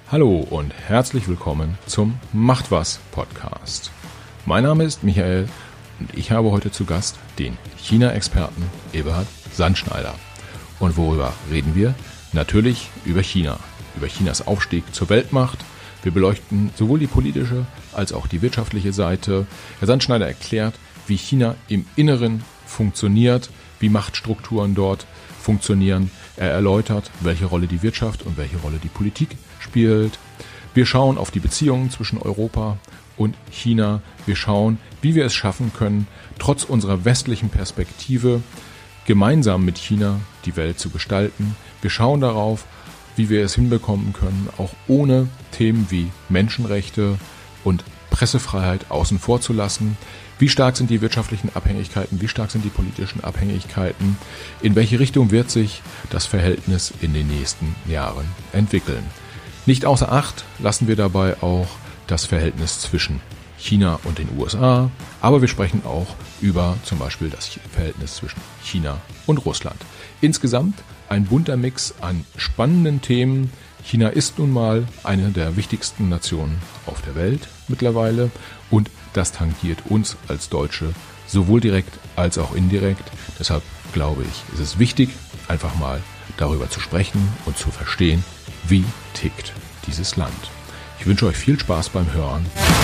Hallo und herzlich willkommen zum Macht was Podcast. Mein Name ist Michael und ich habe heute zu Gast den China-Experten Eberhard Sandschneider. Und worüber reden wir? Natürlich über China, über Chinas Aufstieg zur Weltmacht. Wir beleuchten sowohl die politische als auch die wirtschaftliche Seite. Herr Sandschneider erklärt, wie China im Inneren funktioniert, wie Machtstrukturen dort funktionieren. Er erläutert, welche Rolle die Wirtschaft und welche Rolle die Politik spielt. Wir schauen auf die Beziehungen zwischen Europa und China. Wir schauen, wie wir es schaffen können, trotz unserer westlichen Perspektive gemeinsam mit China die Welt zu gestalten. Wir schauen darauf, wie wir es hinbekommen können, auch ohne Themen wie Menschenrechte und Pressefreiheit außen vor zu lassen. Wie stark sind die wirtschaftlichen Abhängigkeiten? Wie stark sind die politischen Abhängigkeiten? In welche Richtung wird sich das Verhältnis in den nächsten Jahren entwickeln? Nicht außer Acht lassen wir dabei auch das Verhältnis zwischen China und den USA, aber wir sprechen auch über zum Beispiel das Verhältnis zwischen China und Russland. Insgesamt ein bunter Mix an spannenden Themen. China ist nun mal eine der wichtigsten Nationen auf der Welt mittlerweile und das tangiert uns als Deutsche sowohl direkt als auch indirekt. Deshalb glaube ich, ist es wichtig, einfach mal darüber zu sprechen und zu verstehen, wie tickt dieses Land. Ich wünsche euch viel Spaß beim Hören.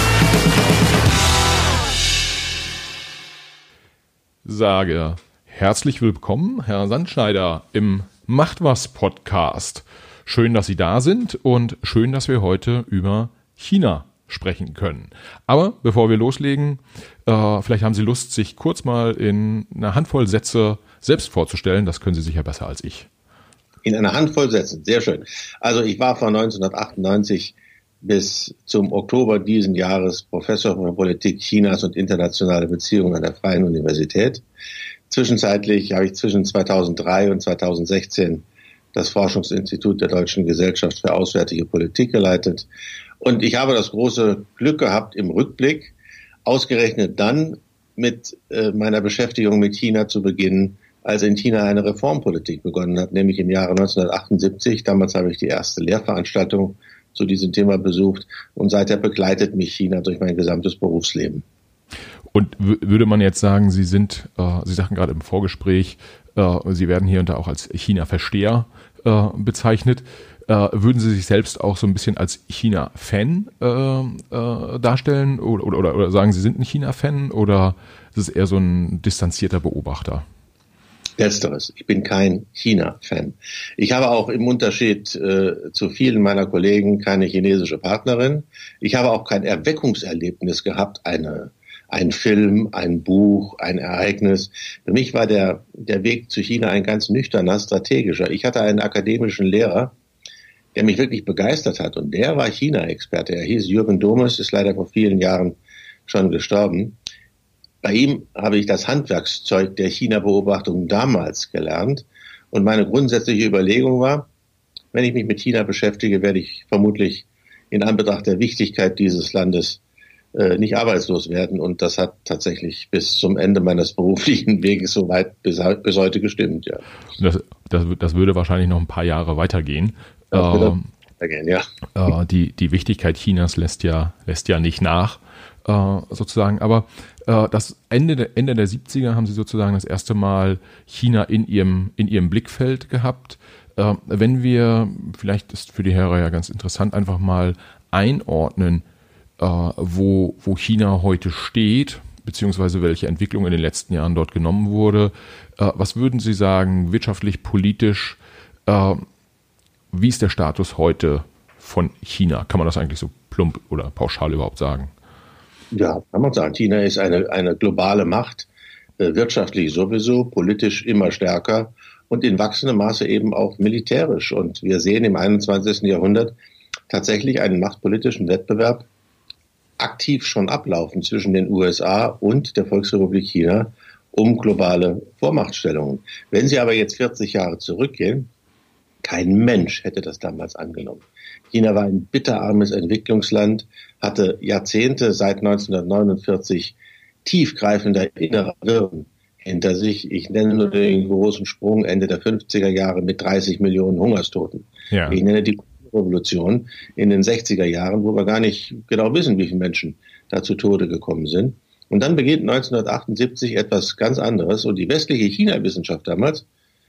Sage herzlich willkommen, Herr Sandschneider, im Macht was Podcast. Schön, dass Sie da sind und schön, dass wir heute über China sprechen können. Aber bevor wir loslegen, vielleicht haben Sie Lust, sich kurz mal in einer Handvoll Sätze selbst vorzustellen. Das können Sie sicher besser als ich. In einer Handvoll Sätzen, sehr schön. Also ich war von 1998 bis zum Oktober diesen Jahres Professor für Politik Chinas und internationale Beziehungen an der Freien Universität. Zwischenzeitlich habe ich zwischen 2003 und 2016 das Forschungsinstitut der Deutschen Gesellschaft für Auswärtige Politik geleitet. Und ich habe das große Glück gehabt, im Rückblick ausgerechnet dann mit meiner Beschäftigung mit China zu beginnen, als in China eine Reformpolitik begonnen hat, nämlich im Jahre 1978. Damals habe ich die erste Lehrveranstaltung zu diesem Thema besucht und seither begleitet mich China durch mein gesamtes Berufsleben. Und würde man jetzt sagen, Sie sagten gerade im Vorgespräch, Sie werden hier und da auch als China-Versteher bezeichnet. Würden Sie sich selbst auch so ein bisschen als China-Fan darstellen oder sagen, Sie sind ein China-Fan oder ist es eher so ein distanzierter Beobachter? Letzteres. Ich bin kein China-Fan. Ich habe auch im Unterschied zu vielen meiner Kollegen keine chinesische Partnerin. Ich habe auch kein Erweckungserlebnis gehabt, ein Film, ein Buch, ein Ereignis. Für mich war der Weg zu China ein ganz nüchterner, strategischer. Ich hatte einen akademischen Lehrer, der mich wirklich begeistert hat und der war China-Experte. Er hieß Jürgen Domes, ist leider vor vielen Jahren schon gestorben. Bei ihm habe ich das Handwerkszeug der China-Beobachtung damals gelernt und meine grundsätzliche Überlegung war, wenn ich mich mit China beschäftige, werde ich vermutlich in Anbetracht der Wichtigkeit dieses Landes nicht arbeitslos werden und das hat tatsächlich bis zum Ende meines beruflichen Weges soweit bis heute gestimmt. Ja. Das würde wahrscheinlich noch ein paar Jahre weitergehen. Die Wichtigkeit Chinas lässt ja nicht nach, sozusagen. Aber das Ende der 70er haben Sie sozusagen das erste Mal China in ihrem Blickfeld gehabt. Wenn wir, vielleicht ist für die Hörer ja ganz interessant, einfach mal einordnen, wo China heute steht, beziehungsweise welche Entwicklung in den letzten Jahren dort genommen wurde. Was würden Sie sagen, wirtschaftlich, politisch, wie ist der Status heute von China? Kann man das eigentlich so plump oder pauschal überhaupt sagen? Ja, kann man sagen. China ist eine globale Macht, wirtschaftlich sowieso, politisch immer stärker und in wachsendem Maße eben auch militärisch. Und wir sehen im 21. Jahrhundert tatsächlich einen machtpolitischen Wettbewerb aktiv schon ablaufen zwischen den USA und der Volksrepublik China um globale Vormachtstellungen. Wenn Sie aber jetzt 40 Jahre zurückgehen, kein Mensch hätte das damals angenommen. China war ein bitterarmes Entwicklungsland, hatte Jahrzehnte seit 1949 tiefgreifender innerer Wirren hinter sich. Ich nenne nur den großen Sprung Ende der 50er Jahre mit 30 Millionen Hungerstoten. Ja. Ich nenne die Revolution in den 60er Jahren, wo wir gar nicht genau wissen, wie viele Menschen da zu Tode gekommen sind. Und dann beginnt 1978 etwas ganz anderes. Und die westliche China-Wissenschaft damals,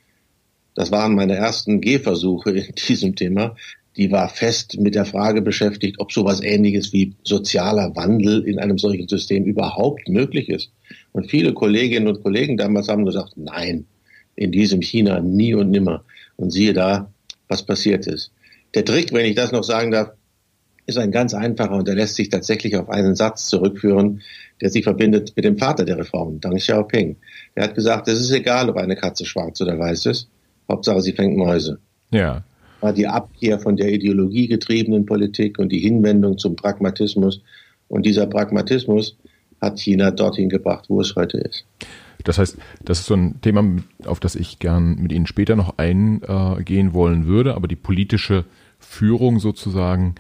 das waren meine ersten Gehversuche in diesem Thema, die war fest mit der Frage beschäftigt, ob sowas Ähnliches wie sozialer Wandel in einem solchen System überhaupt möglich ist. Und viele Kolleginnen und Kollegen damals haben gesagt, nein, in diesem China nie und nimmer. Und siehe da, was passiert ist. Der Trick, wenn ich das noch sagen darf, ist ein ganz einfacher und der lässt sich tatsächlich auf einen Satz zurückführen, der sich verbindet mit dem Vater der Reform, Deng Xiaoping. Er hat gesagt, es ist egal, ob eine Katze schwarz oder weiß ist, Hauptsache sie fängt Mäuse. Ja. War die Abkehr von der ideologiegetriebenen Politik und die Hinwendung zum Pragmatismus. Und dieser Pragmatismus hat China dorthin gebracht, wo es heute ist. Das heißt, das ist so ein Thema, auf das ich gern mit Ihnen später noch eingehen wollen würde, aber die politische Führung sozusagen,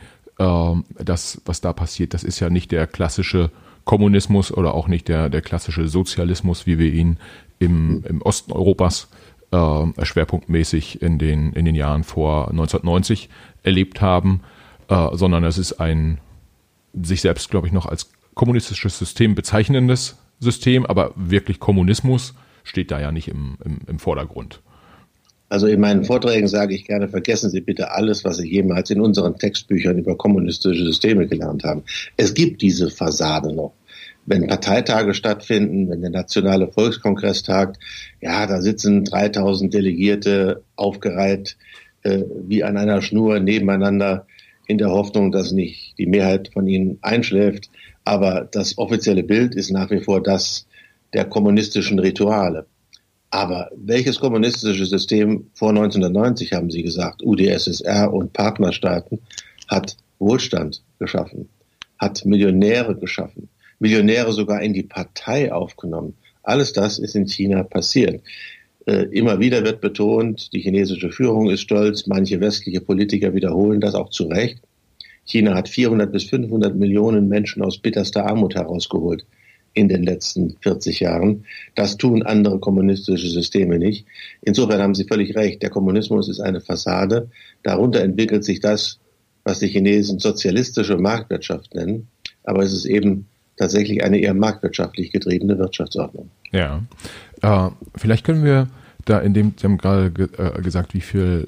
das, was da passiert, das ist ja nicht der klassische Kommunismus oder auch nicht der klassische Sozialismus, wie wir ihn im Osten Europas schwerpunktmäßig in den Jahren vor 1990 erlebt haben, sondern es ist ein sich selbst, glaube ich, noch als kommunistisches System bezeichnendes System, aber wirklich Kommunismus steht da ja nicht im Vordergrund. Also in meinen Vorträgen sage ich gerne, vergessen Sie bitte alles, was Sie jemals in unseren Textbüchern über kommunistische Systeme gelernt haben. Es gibt diese Fassade noch. Wenn Parteitage stattfinden, wenn der Nationale Volkskongress tagt, ja, da sitzen 3000 Delegierte aufgereiht wie an einer Schnur nebeneinander in der Hoffnung, dass nicht die Mehrheit von ihnen einschläft. Aber das offizielle Bild ist nach wie vor das der kommunistischen Rituale. Aber welches kommunistische System vor 1990, haben Sie gesagt, UdSSR und Partnerstaaten, hat Wohlstand geschaffen, hat Millionäre geschaffen, Millionäre sogar in die Partei aufgenommen. Alles das ist in China passiert. Immer wieder wird betont, die chinesische Führung ist stolz, manche westliche Politiker wiederholen das auch zu Recht. China hat 400 bis 500 Millionen Menschen aus bitterster Armut herausgeholt in den letzten 40 Jahren. Das tun andere kommunistische Systeme nicht. Insofern haben Sie völlig recht, der Kommunismus ist eine Fassade. Darunter entwickelt sich das, was die Chinesen sozialistische Marktwirtschaft nennen. Aber es ist eben tatsächlich eine eher marktwirtschaftlich getriebene Wirtschaftsordnung. Ja, vielleicht können wir da Sie haben gerade gesagt, wie viel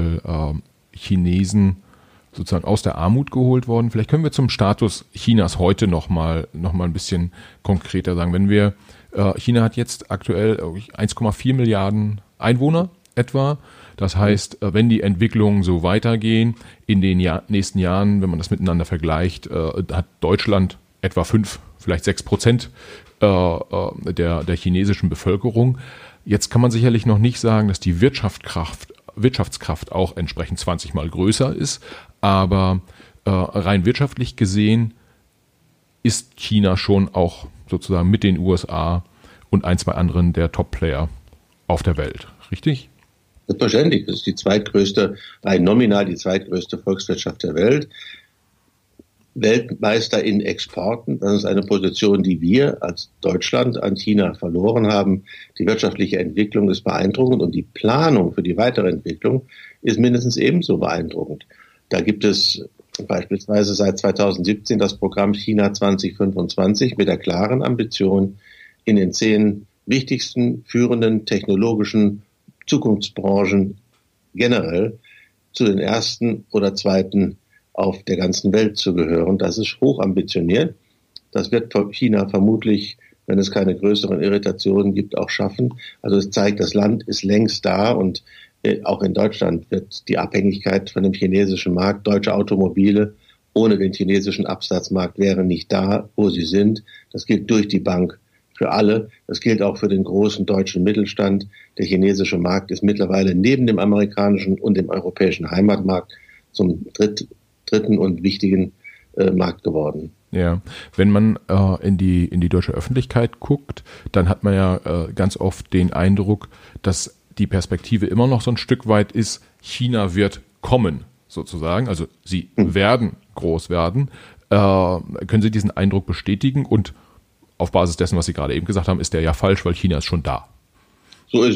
Chinesen sozusagen aus der Armut geholt worden. Vielleicht können wir zum Status Chinas heute noch mal ein bisschen konkreter sagen. Wenn wir China hat jetzt aktuell 1,4 Milliarden Einwohner etwa. Das heißt, wenn die Entwicklungen so weitergehen, in den nächsten Jahren, wenn man das miteinander vergleicht, hat Deutschland etwa 5, vielleicht 6% der chinesischen Bevölkerung. Jetzt kann man sicherlich noch nicht sagen, dass die Wirtschaftskraft auch entsprechend 20 Mal größer ist, aber rein wirtschaftlich gesehen ist China schon auch sozusagen mit den USA und ein, zwei anderen der Top-Player auf der Welt, richtig? Selbstverständlich, das ist die zweitgrößte, rein nominal die zweitgrößte Volkswirtschaft der Welt. Weltmeister in Exporten. Das ist eine Position, die wir als Deutschland an China verloren haben. Die wirtschaftliche Entwicklung ist beeindruckend und die Planung für die weitere Entwicklung ist mindestens ebenso beeindruckend. Da gibt es beispielsweise seit 2017 das Programm China 2025 mit der klaren Ambition, in den 10 wichtigsten führenden technologischen Zukunftsbranchen generell zu den ersten oder zweiten auf der ganzen Welt zu gehören. Das ist hoch ambitioniert. Das wird China vermutlich, wenn es keine größeren Irritationen gibt, auch schaffen. Also es zeigt, das Land ist längst da und auch in Deutschland wird die Abhängigkeit von dem chinesischen Markt, deutsche Automobile ohne den chinesischen Absatzmarkt wären nicht da, wo sie sind. Das gilt durch die Bank für alle. Das gilt auch für den großen deutschen Mittelstand. Der chinesische Markt ist mittlerweile neben dem amerikanischen und dem europäischen Heimatmarkt zum dritten und wichtigen Markt geworden. Ja, wenn man in die deutsche Öffentlichkeit guckt, dann hat man ja ganz oft den Eindruck, dass die Perspektive immer noch so ein Stück weit ist, China wird kommen, sozusagen. Also sie werden groß werden. Können Sie diesen Eindruck bestätigen? Und auf Basis dessen, was Sie gerade eben gesagt haben, ist der ja falsch, weil China ist schon da. So ist es.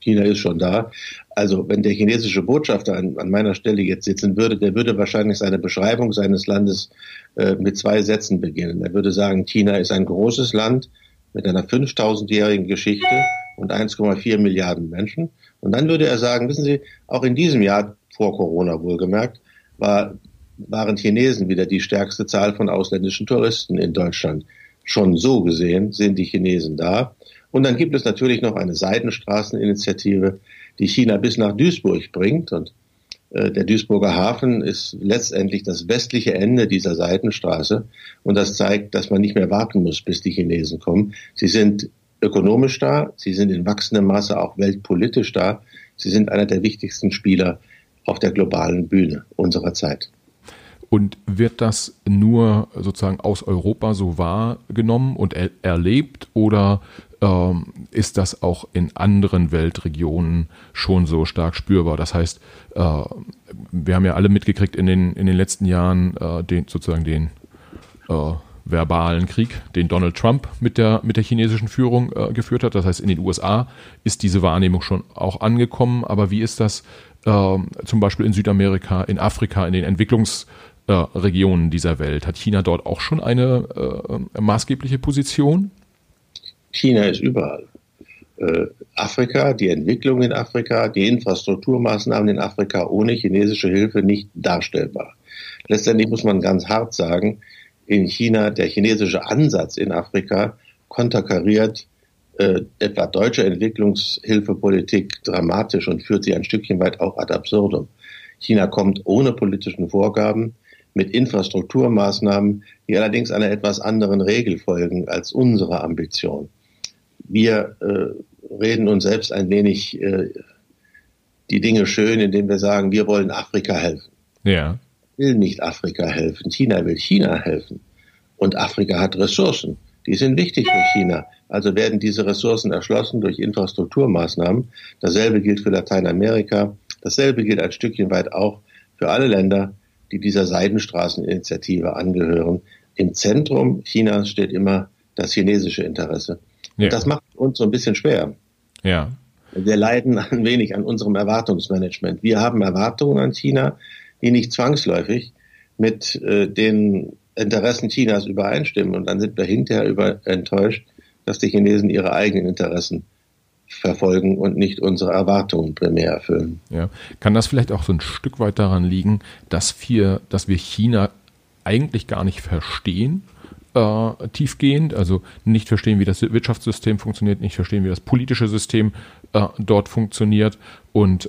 China ist schon da. Also wenn der chinesische Botschafter an meiner Stelle jetzt sitzen würde, der würde wahrscheinlich seine Beschreibung seines Landes mit 2 Sätzen beginnen. Er würde sagen, China ist ein großes Land mit einer 5000-jährigen Geschichte und 1,4 Milliarden Menschen. Und dann würde er sagen, wissen Sie, auch in diesem Jahr, vor Corona wohlgemerkt, waren Chinesen wieder die stärkste Zahl von ausländischen Touristen in Deutschland. Schon so gesehen sind die Chinesen da. Und dann gibt es natürlich noch eine Seidenstraßeninitiative, die China bis nach Duisburg bringt. Und der Duisburger Hafen ist letztendlich das westliche Ende dieser Seidenstraße. Und das zeigt, dass man nicht mehr warten muss, bis die Chinesen kommen. Sie sind ökonomisch da, sie sind in wachsendem Maße auch weltpolitisch da. Sie sind einer der wichtigsten Spieler auf der globalen Bühne unserer Zeit. Und wird das nur sozusagen aus Europa so wahrgenommen und erlebt oder ist das auch in anderen Weltregionen schon so stark spürbar? Das heißt, wir haben ja alle mitgekriegt in den letzten Jahren den verbalen Krieg, den Donald Trump mit der chinesischen Führung geführt hat. Das heißt, in den USA ist diese Wahrnehmung schon auch angekommen. Aber wie ist das zum Beispiel in Südamerika, in Afrika, in den Entwicklungsregionen dieser Welt? Hat China dort auch schon eine maßgebliche Position? China ist überall. Afrika, die Entwicklung in Afrika, die Infrastrukturmaßnahmen in Afrika ohne chinesische Hilfe nicht darstellbar. Letztendlich muss man ganz hart sagen, in China der chinesische Ansatz in Afrika konterkariert etwa deutsche Entwicklungshilfepolitik dramatisch und führt sie ein Stückchen weit auch ad absurdum. China kommt ohne politischen Vorgaben mit Infrastrukturmaßnahmen, die allerdings einer etwas anderen Regel folgen als unsere Ambition. Wir reden uns selbst ein wenig die Dinge schön, indem wir sagen, wir wollen Afrika helfen. Ja. Will nicht Afrika helfen. China will China helfen. Und Afrika hat Ressourcen. Die sind wichtig für China. Also werden diese Ressourcen erschlossen durch Infrastrukturmaßnahmen. Dasselbe gilt für Lateinamerika. Dasselbe gilt ein Stückchen weit auch für alle Länder, die dieser Seidenstraßeninitiative angehören. Im Zentrum Chinas steht immer das chinesische Interesse. Ja. Und das macht uns so ein bisschen schwer. Ja. Wir leiden ein wenig an unserem Erwartungsmanagement. Wir haben Erwartungen an China, die nicht zwangsläufig mit den Interessen Chinas übereinstimmen. Und dann sind wir hinterher enttäuscht, dass die Chinesen ihre eigenen Interessen verfolgen und nicht unsere Erwartungen primär erfüllen. Ja. Kann das vielleicht auch so ein Stück weit daran liegen, dass wir China eigentlich gar nicht verstehen, tiefgehend, also nicht verstehen, wie das Wirtschaftssystem funktioniert, nicht verstehen, wie das politische System dort funktioniert und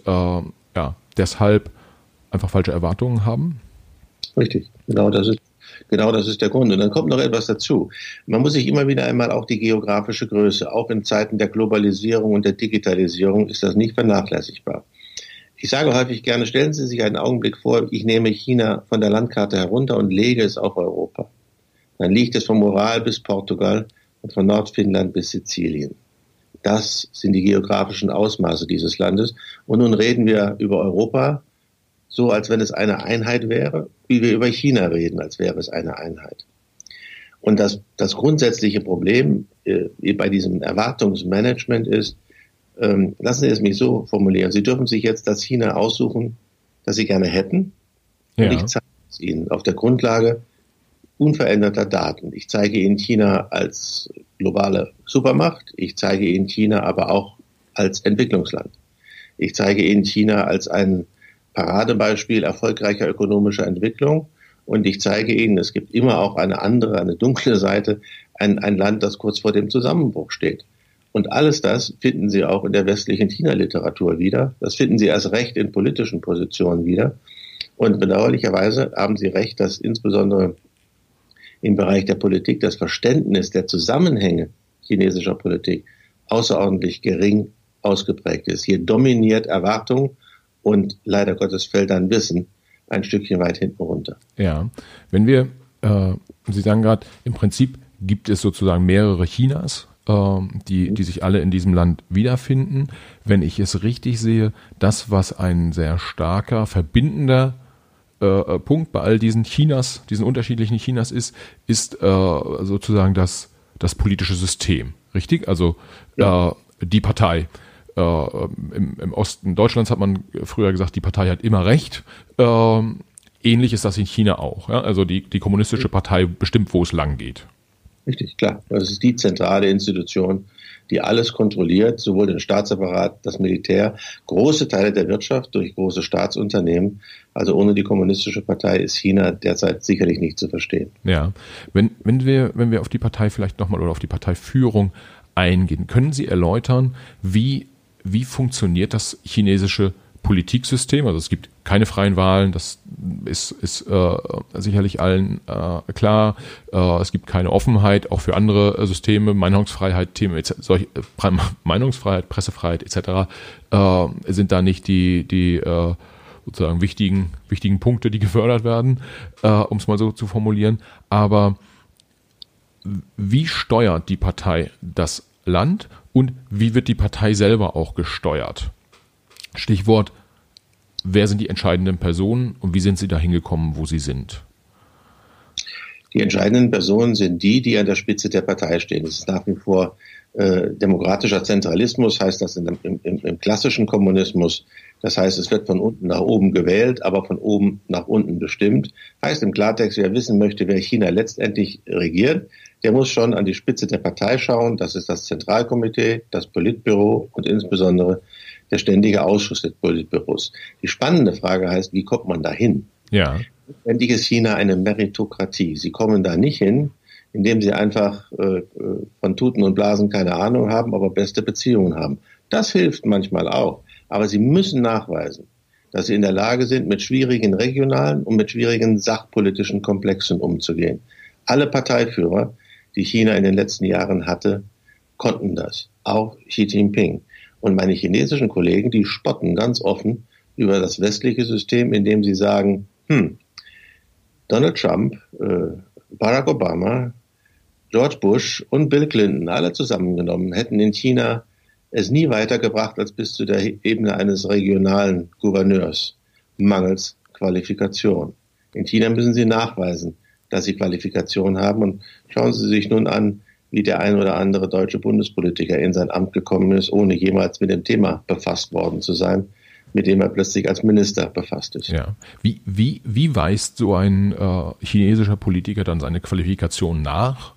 deshalb einfach falsche Erwartungen haben? Richtig, genau das ist der Grund. Und dann kommt noch etwas dazu. Man muss sich immer wieder einmal auch die geografische Größe, auch in Zeiten der Globalisierung und der Digitalisierung ist das nicht vernachlässigbar. Ich sage häufig gerne, stellen Sie sich einen Augenblick vor, ich nehme China von der Landkarte herunter und lege es auf Europa. Dann liegt es vom Ural bis Portugal und von Nordfinnland bis Sizilien. Das sind die geografischen Ausmaße dieses Landes. Und nun reden wir über Europa so, als wenn es eine Einheit wäre, wie wir über China reden, als wäre es eine Einheit. Und das grundsätzliche Problem bei diesem Erwartungsmanagement ist, lassen Sie es mich so formulieren, Sie dürfen sich jetzt das China aussuchen, das Sie gerne hätten. Ja. Und ich zeige es Ihnen auf der Grundlage unveränderter Daten. Ich zeige Ihnen China als globale Supermacht, ich zeige Ihnen China aber auch als Entwicklungsland. Ich zeige Ihnen China als ein Paradebeispiel erfolgreicher ökonomischer Entwicklung und ich zeige Ihnen, es gibt immer auch eine dunkle Seite, ein Land, das kurz vor dem Zusammenbruch steht. Und alles das finden Sie auch in der westlichen China-Literatur wieder. Das finden Sie erst recht in politischen Positionen wieder. Und bedauerlicherweise haben Sie recht, dass insbesondere im Bereich der Politik das Verständnis der Zusammenhänge chinesischer Politik außerordentlich gering ausgeprägt ist. Hier dominiert Erwartung und leider Gottes fällt dann Wissen ein Stückchen weit hinten runter. Ja, wenn wir, Sie sagen gerade, im Prinzip gibt es sozusagen mehrere Chinas, die sich alle in diesem Land wiederfinden. Wenn ich es richtig sehe, das, was ein sehr starker, verbindender Punkt bei all diesen Chinas, diesen unterschiedlichen Chinas ist sozusagen das politische System, richtig? Also die Partei. im Osten Deutschlands hat man früher gesagt, die Partei hat immer recht. Ähnlich ist das in China auch. Ja? Also die kommunistische Partei bestimmt, wo es lang geht. Richtig, klar. Das ist die zentrale Institution, die alles kontrolliert, sowohl den Staatsapparat, das Militär, große Teile der Wirtschaft durch große Staatsunternehmen. Also ohne die kommunistische Partei ist China derzeit sicherlich nicht zu verstehen. Ja, wenn wir auf die Partei vielleicht nochmal oder auf die Parteiführung eingehen, können Sie erläutern, wie funktioniert das chinesische Politiksystem? Also es gibt keine freien Wahlen, das ist sicherlich allen klar. Es gibt keine Offenheit, auch für andere Systeme, Meinungsfreiheit, Meinungsfreiheit, Pressefreiheit etc. Sind da nicht die sozusagen wichtigen Punkte, die gefördert werden, um es mal so zu formulieren. Aber wie steuert die Partei das Land und wie wird die Partei selber auch gesteuert? Stichwort, wer sind die entscheidenden Personen und wie sind sie da hingekommen, wo sie sind? Die entscheidenden Personen sind die an der Spitze der Partei stehen. Es ist nach wie vor demokratischer Zentralismus, heißt das im klassischen Kommunismus. Das heißt, es wird von unten nach oben gewählt, aber von oben nach unten bestimmt. Heißt im Klartext, wer wissen möchte, wer China letztendlich regiert, der muss schon an die Spitze der Partei schauen. Das ist das Zentralkomitee, das Politbüro und insbesondere der Ständige Ausschuss des Politbüros. Die spannende Frage heißt, wie kommt man da hin? Ja. Letztendlich ist China eine Meritokratie. Sie kommen da nicht hin, indem sie einfach von Tuten und Blasen keine Ahnung haben, aber beste Beziehungen haben. Das hilft manchmal auch. Aber sie müssen nachweisen, dass sie in der Lage sind, mit schwierigen regionalen und mit schwierigen sachpolitischen Komplexen umzugehen. Alle Parteiführer, die China in den letzten Jahren hatte, konnten das. Auch Xi Jinping. Und meine chinesischen Kollegen, die spotten ganz offen über das westliche System, indem sie sagen, Donald Trump, Barack Obama, George Bush und Bill Clinton, alle zusammengenommen, hätten in China es nie weitergebracht als bis zu der Ebene eines regionalen Gouverneurs, mangels Qualifikation. In China müssen sie nachweisen, dass sie Qualifikation haben. Und schauen Sie sich nun an, wie der ein oder andere deutsche Bundespolitiker in sein Amt gekommen ist, ohne jemals mit dem Thema befasst worden zu sein, mit dem er plötzlich als Minister befasst ist. Ja. Wie weist so ein chinesischer Politiker dann seine Qualifikation nach?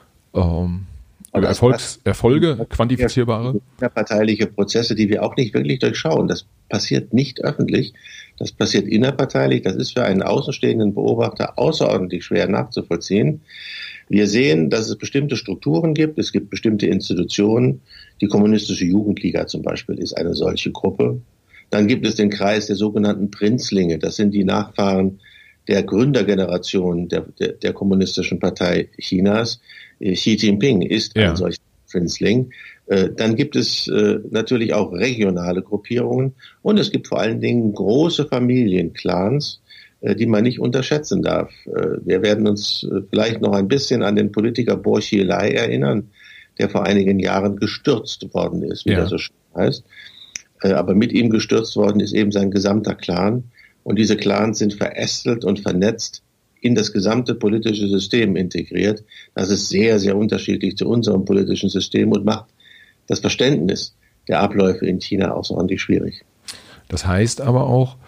Erfolge, quantifizierbare? Innerparteiliche Prozesse, die wir auch nicht wirklich durchschauen. Das passiert nicht öffentlich, das passiert innerparteilich. Das ist für einen außenstehenden Beobachter außerordentlich schwer nachzuvollziehen. Wir sehen, dass es bestimmte Strukturen gibt, es gibt bestimmte Institutionen. Die Kommunistische Jugendliga zum Beispiel ist eine solche Gruppe. Dann gibt es den Kreis der sogenannten Prinzlinge. Das sind die Nachfahren der Gründergeneration der Kommunistischen Partei Chinas. Xi Jinping ist ein solcher Prinzling. Dann gibt es natürlich auch regionale Gruppierungen und es gibt vor allen Dingen große Familienclans, die man nicht unterschätzen darf. Wir werden uns vielleicht noch ein bisschen an den Politiker Bo Xilai erinnern, der vor einigen Jahren gestürzt worden ist, wie das so schön heißt. Aber mit ihm gestürzt worden ist eben sein gesamter Clan. Und diese Clans sind verästelt und vernetzt in das gesamte politische System integriert. Das ist sehr, sehr unterschiedlich zu unserem politischen System und macht das Verständnis der Abläufe in China außerordentlich schwierig. Das heißt aber auch,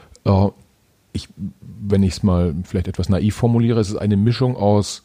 wenn ich es mal vielleicht etwas naiv formuliere, es ist eine Mischung aus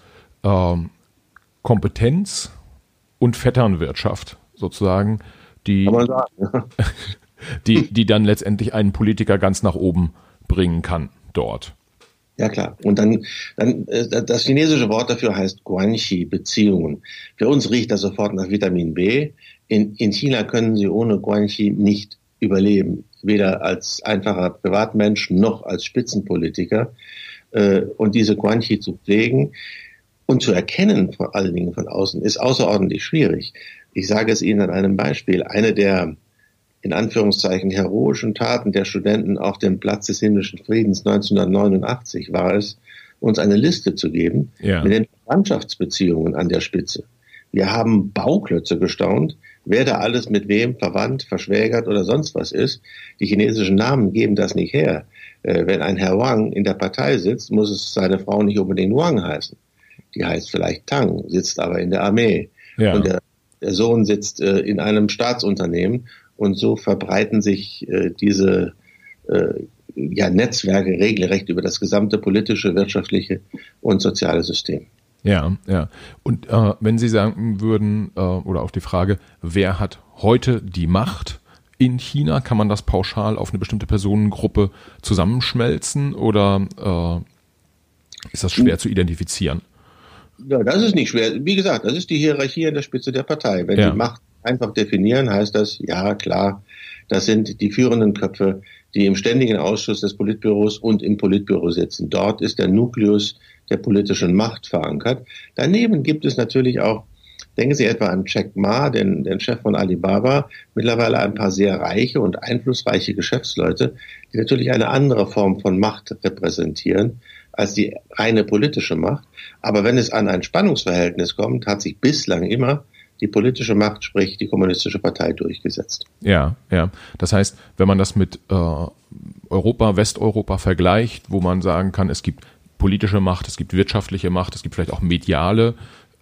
Kompetenz und Vetternwirtschaft sozusagen, die, kann man sagen, ja. die dann letztendlich einen Politiker ganz nach oben bringen kann dort. Ja klar. Und dann das chinesische Wort dafür heißt Guanxi, Beziehungen. Für uns riecht das sofort nach Vitamin B. In China können Sie ohne Guanxi nicht überleben, weder als einfacher Privatmensch noch als Spitzenpolitiker. Und diese Guanxi zu pflegen und zu erkennen, vor allen Dingen von außen, ist außerordentlich schwierig. Ich sage es Ihnen an einem Beispiel. Eine der in Anführungszeichen heroischen Taten der Studenten auf dem Platz des Himmlischen Friedens 1989 war es, uns eine Liste zu geben mit den Verwandtschaftsbeziehungen an der Spitze. Wir haben Bauklötze gestaunt, wer da alles mit wem verwandt, verschwägert oder sonst was ist. Die chinesischen Namen geben das nicht her. Wenn ein Herr Wang in der Partei sitzt, muss es seine Frau nicht unbedingt Wang heißen. Die heißt vielleicht Tang, sitzt aber in der Armee. Ja. Und der Sohn sitzt in einem Staatsunternehmen Und so verbreiten sich diese Netzwerke regelrecht über das gesamte politische, wirtschaftliche und soziale System. Ja, ja. Und wenn Sie sagen würden, oder auf die Frage, wer hat heute die Macht in China, kann man das pauschal auf eine bestimmte Personengruppe zusammenschmelzen oder ist das schwer zu identifizieren? Ja, das ist nicht schwer. Wie gesagt, das ist die Hierarchie an der Spitze der Partei. Wenn die Macht einfach definieren, heißt das, ja klar, das sind die führenden Köpfe, die im ständigen Ausschuss des Politbüros und im Politbüro sitzen. Dort ist der Nukleus der politischen Macht verankert. Daneben gibt es natürlich auch, denken Sie etwa an Jack Ma, den Chef von Alibaba, mittlerweile ein paar sehr reiche und einflussreiche Geschäftsleute, die natürlich eine andere Form von Macht repräsentieren als die reine politische Macht. Aber wenn es an ein Spannungsverhältnis kommt, hat sich bislang immer die politische Macht, sprich die Kommunistische Partei, durchgesetzt. Ja, ja. Das heißt, wenn man das mit Europa, Westeuropa vergleicht, wo man sagen kann, es gibt politische Macht, es gibt wirtschaftliche Macht, es gibt vielleicht auch mediale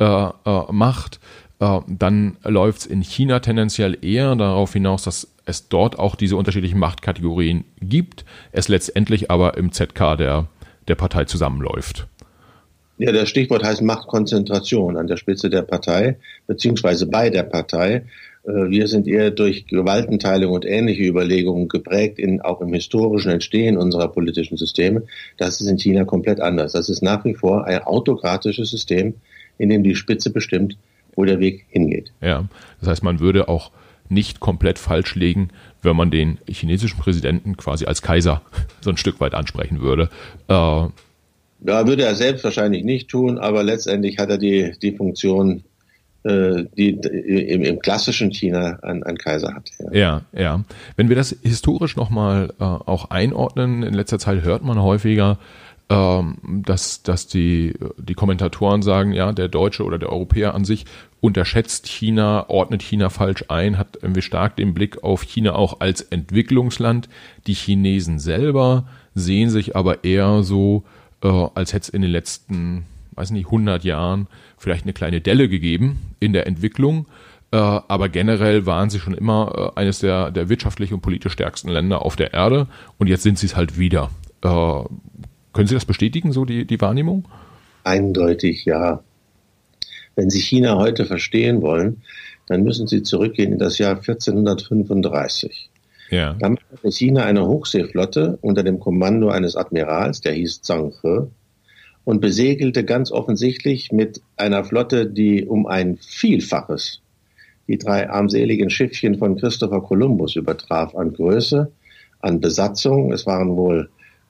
Macht, dann läuft es in China tendenziell eher darauf hinaus, dass es dort auch diese unterschiedlichen Machtkategorien gibt, es letztendlich aber im ZK der Partei zusammenläuft. Ja, das Stichwort heißt Machtkonzentration an der Spitze der Partei, beziehungsweise bei der Partei. Wir sind eher durch Gewaltenteilung und ähnliche Überlegungen geprägt, auch im historischen Entstehen unserer politischen Systeme. Das ist in China komplett anders. Das ist nach wie vor ein autokratisches System, in dem die Spitze bestimmt, wo der Weg hingeht. Ja, das heißt, man würde auch nicht komplett falsch liegen, wenn man den chinesischen Präsidenten quasi als Kaiser so ein Stück weit ansprechen würde. Ja, würde er selbst wahrscheinlich nicht tun, aber letztendlich hat er die Funktion, die im klassischen China ein Kaiser hat. Ja, ja. Wenn wir das historisch nochmal auch einordnen, in letzter Zeit hört man häufiger, dass die Kommentatoren sagen, ja, der Deutsche oder der Europäer an sich unterschätzt China, ordnet China falsch ein, hat irgendwie stark den Blick auf China auch als Entwicklungsland. Die Chinesen selber sehen sich aber eher so, als hätte es in den letzten, 100 Jahren vielleicht eine kleine Delle gegeben in der Entwicklung. Aber generell waren sie schon immer eines der wirtschaftlich und politisch stärksten Länder auf der Erde. Und jetzt sind sie es halt wieder. Können Sie das bestätigen, so die Wahrnehmung? Eindeutig, ja. Wenn Sie China heute verstehen wollen, dann müssen Sie zurückgehen in das Jahr 1435. Ja. Damit hatte China eine Hochseeflotte unter dem Kommando eines Admirals, der hieß Zhang He, und besegelte ganz offensichtlich mit einer Flotte, die um ein Vielfaches die 3 armseligen Schiffchen von Christopher Columbus übertraf an Größe, an Besatzung. Es waren wohl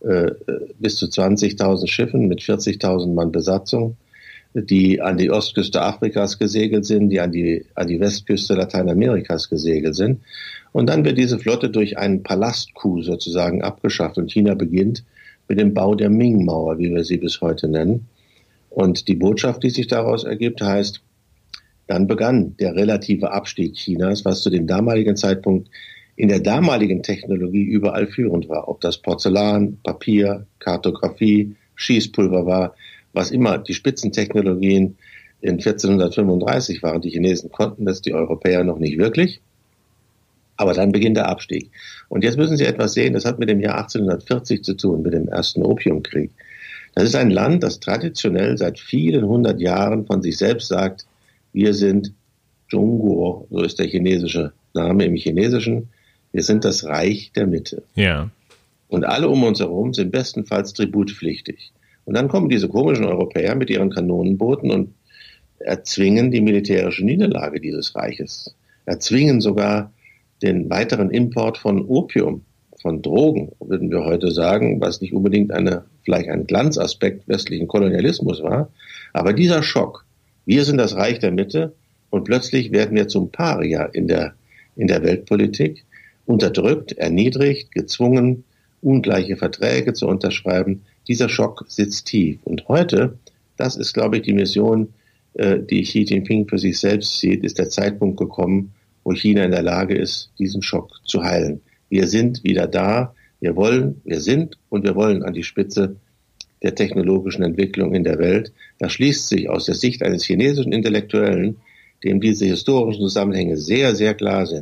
bis zu 20.000 Schiffen mit 40.000 Mann Besatzung, die an die Ostküste Afrikas gesegelt sind, die an die Westküste Lateinamerikas gesegelt sind. Und dann wird diese Flotte durch einen Palastcoup sozusagen abgeschafft und China beginnt mit dem Bau der Ming-Mauer, wie wir sie bis heute nennen. Und die Botschaft, die sich daraus ergibt, heißt, dann begann der relative Abstieg Chinas, was zu dem damaligen Zeitpunkt in der damaligen Technologie überall führend war. Ob das Porzellan, Papier, Kartografie, Schießpulver war, was immer die Spitzentechnologien in 1435 waren. Die Chinesen konnten das, die Europäer noch nicht wirklich. Aber dann beginnt der Abstieg. Und jetzt müssen Sie etwas sehen, das hat mit dem Jahr 1840 zu tun, mit dem ersten Opiumkrieg. Das ist ein Land, das traditionell seit vielen 100 Jahren von sich selbst sagt, wir sind Zhongguo, so ist der chinesische Name im Chinesischen, wir sind das Reich der Mitte. Ja. Und alle um uns herum sind bestenfalls tributpflichtig. Und dann kommen diese komischen Europäer mit ihren Kanonenbooten und erzwingen die militärische Niederlage dieses Reiches. Erzwingen sogar den weiteren Import von Opium, von Drogen, würden wir heute sagen, was nicht unbedingt vielleicht ein Glanzaspekt westlichen Kolonialismus war. Aber dieser Schock, wir sind das Reich der Mitte und plötzlich werden wir zum Paria in der Weltpolitik, unterdrückt, erniedrigt, gezwungen, ungleiche Verträge zu unterschreiben. Dieser Schock sitzt tief. Und heute, das ist, glaube ich, die Mission, die Xi Jinping für sich selbst sieht, ist der Zeitpunkt gekommen, wo China in der Lage ist, diesen Schock zu heilen. Wir sind wieder da, wir sind und wir wollen an die Spitze der technologischen Entwicklung in der Welt. Das schließt sich aus der Sicht eines chinesischen Intellektuellen, dem diese historischen Zusammenhänge sehr, sehr klar sind,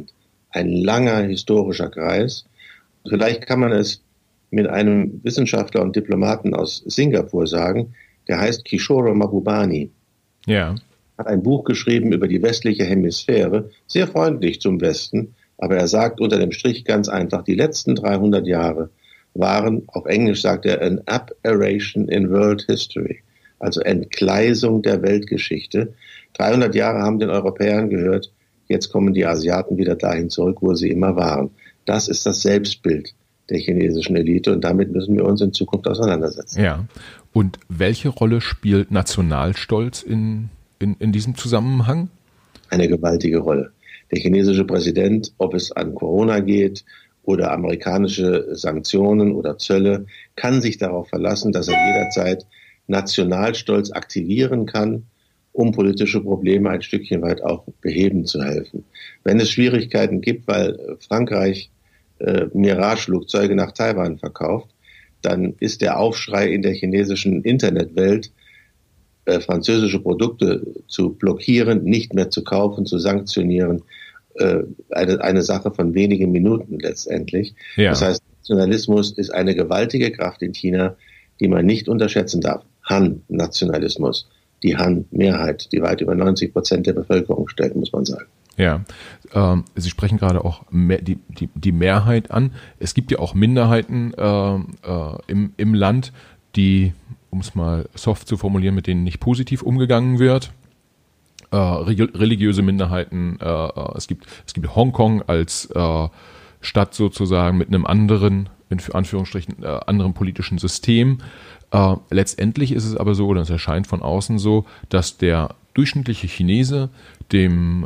ein langer historischer Kreis. Vielleicht kann man es mit einem Wissenschaftler und Diplomaten aus Singapur sagen, der heißt Kishore Mahbubani. Ja. Hat ein Buch geschrieben über die westliche Hemisphäre, sehr freundlich zum Westen, aber er sagt unter dem Strich ganz einfach, die letzten 300 Jahre waren, auf Englisch sagt er, an aberration in world history, also Entgleisung der Weltgeschichte. 300 Jahre haben den Europäern gehört, jetzt kommen die Asiaten wieder dahin zurück, wo sie immer waren. Das ist das Selbstbild der chinesischen Elite und damit müssen wir uns in Zukunft auseinandersetzen. Ja. Und welche Rolle spielt Nationalstolz in diesem Zusammenhang? Eine gewaltige Rolle. Der chinesische Präsident, ob es an Corona geht oder amerikanische Sanktionen oder Zölle, kann sich darauf verlassen, dass er jederzeit Nationalstolz aktivieren kann, um politische Probleme ein Stückchen weit auch beheben zu helfen. Wenn es Schwierigkeiten gibt, weil Frankreich Mirage-Flugzeuge nach Taiwan verkauft, dann ist der Aufschrei in der chinesischen Internetwelt, französische Produkte zu blockieren, nicht mehr zu kaufen, zu sanktionieren, eine Sache von wenigen Minuten letztendlich. Ja. Das heißt, Nationalismus ist eine gewaltige Kraft in China, die man nicht unterschätzen darf. Han-Nationalismus, die Han-Mehrheit, die weit über 90% der Bevölkerung stellt, muss man sagen. Ja, Sie sprechen gerade auch die Mehrheit an. Es gibt ja auch Minderheiten im Land, die, um es mal soft zu formulieren, mit denen nicht positiv umgegangen wird. Religiöse Minderheiten, es gibt Hongkong als Stadt sozusagen mit einem anderen, in Anführungsstrichen, anderen politischen System. Letztendlich ist es aber so, oder es erscheint von außen so, dass der durchschnittliche Chinese dem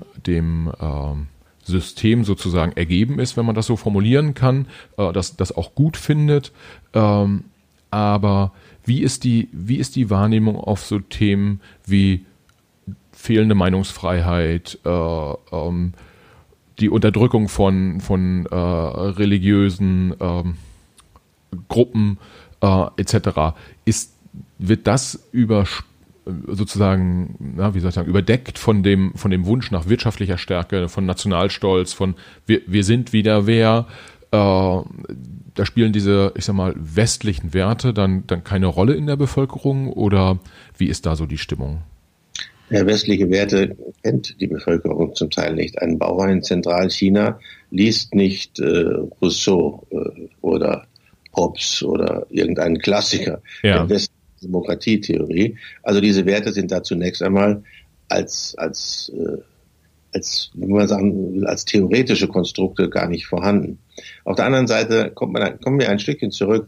System sozusagen ergeben ist, wenn man das so formulieren kann, das auch gut findet. Aber wie ist die Wahrnehmung auf so Themen wie fehlende Meinungsfreiheit, die Unterdrückung von religiösen Gruppen etc. Wird das überdeckt von dem Wunsch nach wirtschaftlicher Stärke, von Nationalstolz, von wir sind wieder wer? Da spielen diese, ich sag mal, westlichen Werte dann keine Rolle in der Bevölkerung, oder wie ist da so die Stimmung? Ja, westliche Werte kennt die Bevölkerung zum Teil nicht. Ein Bauer in Zentralchina liest nicht Rousseau oder Hobbes oder irgendeinen Klassiker der westlichen Demokratietheorie. Also diese Werte sind da zunächst einmal als wie man sagen will, als theoretische Konstrukte gar nicht vorhanden. Auf der anderen Seite kommen wir ein Stückchen zurück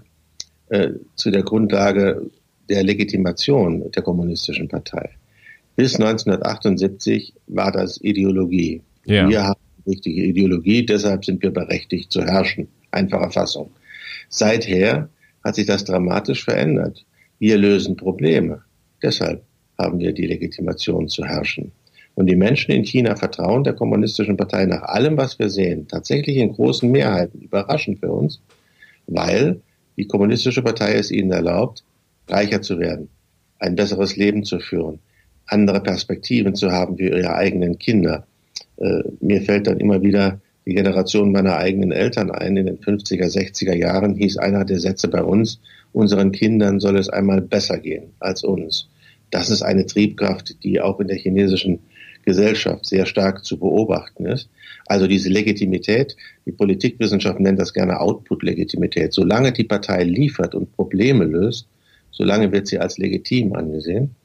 zu der Grundlage der Legitimation der Kommunistischen Partei. Bis 1978 war das Ideologie. Ja. Wir haben richtige Ideologie, deshalb sind wir berechtigt zu herrschen. Einfache Fassung. Seither hat sich das dramatisch verändert. Wir lösen Probleme. Deshalb haben wir die Legitimation zu herrschen. Und die Menschen in China vertrauen der Kommunistischen Partei nach allem, was wir sehen, tatsächlich in großen Mehrheiten, überraschend für uns, weil die Kommunistische Partei es ihnen erlaubt, reicher zu werden, ein besseres Leben zu führen, andere Perspektiven zu haben für ihre eigenen Kinder. Mir fällt dann immer wieder die Generation meiner eigenen Eltern ein. In den 50er, 60er Jahren hieß einer der Sätze bei uns, unseren Kindern soll es einmal besser gehen als uns. Das ist eine Triebkraft, die auch in der chinesischen Gesellschaft sehr stark zu beobachten ist. Also diese Legitimität, die Politikwissenschaft nennt das gerne Output-Legitimität. Solange die Partei liefert und Probleme löst, solange wird sie als legitim angesehen.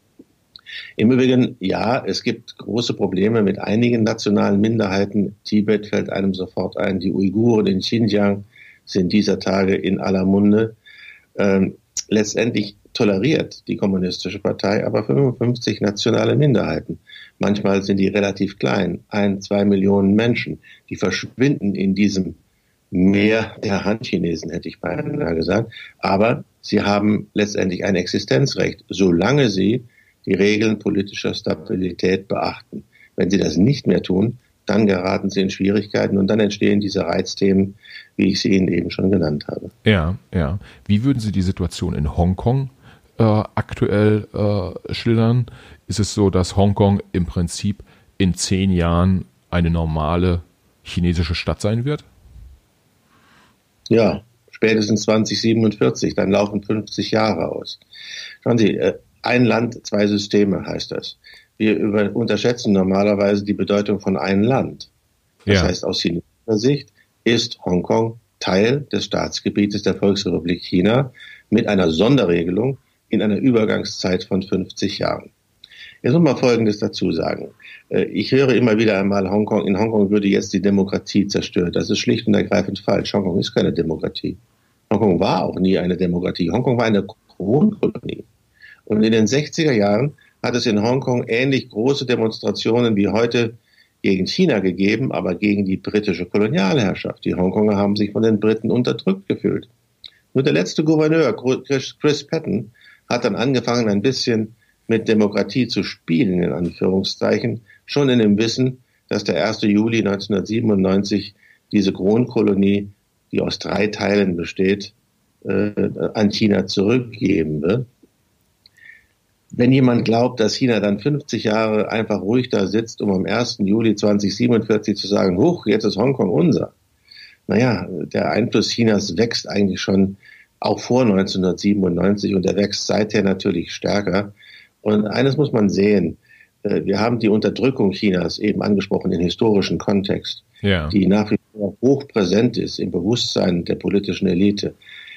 Im Übrigen, ja, es gibt große Probleme mit einigen nationalen Minderheiten. Tibet fällt einem sofort ein. Die Uiguren in Xinjiang sind dieser Tage in aller Munde. Letztendlich toleriert die Kommunistische Partei aber 55 nationale Minderheiten. Manchmal sind die relativ klein, 1-2 Millionen Menschen. Die verschwinden in diesem Meer der Han-Chinesen, hätte ich beinahe gesagt. Aber sie haben letztendlich ein Existenzrecht, solange sie die Regeln politischer Stabilität beachten. Wenn sie das nicht mehr tun, dann geraten sie in Schwierigkeiten und dann entstehen diese Reizthemen, wie ich sie Ihnen eben schon genannt habe. Ja, ja. Wie würden Sie die Situation in Hongkong aktuell schildern? Ist es so, dass Hongkong im Prinzip in 10 Jahren eine normale chinesische Stadt sein wird? Ja, spätestens 2047, dann laufen 50 Jahre aus. Schauen Sie, ein Land, zwei Systeme heißt das. Wir unterschätzen normalerweise die Bedeutung von einem Land. Das heißt, aus chinesischer Sicht ist Hongkong Teil des Staatsgebietes der Volksrepublik China mit einer Sonderregelung in einer Übergangszeit von 50 Jahren. Jetzt muss man Folgendes dazu sagen. Ich höre immer wieder einmal, in Hongkong würde jetzt die Demokratie zerstört. Das ist schlicht und ergreifend falsch. Hongkong ist keine Demokratie. Hongkong war auch nie eine Demokratie. Hongkong war eine Kronkolonie. Und in den 60er Jahren hat es in Hongkong ähnlich große Demonstrationen wie heute gegen China gegeben, aber gegen die britische Kolonialherrschaft. Die Hongkonger haben sich von den Briten unterdrückt gefühlt. Nur der letzte Gouverneur, Chris Patten, hat dann angefangen, ein bisschen mit Demokratie zu spielen, in Anführungszeichen, schon in dem Wissen, dass der 1. Juli 1997 diese Kronkolonie, die aus 3 Teilen besteht, an China zurückgeben wird. Wenn jemand glaubt, dass China dann 50 Jahre einfach ruhig da sitzt, um am 1. Juli 2047 zu sagen, huch, jetzt ist Hongkong unser. Naja, der Einfluss Chinas wächst eigentlich schon auch vor 1997 und er wächst seither natürlich stärker. Und eines muss man sehen, wir haben die Unterdrückung Chinas eben angesprochen im historischen Kontext, die nach wie vor hochpräsent ist im Bewusstsein der politischen Elite.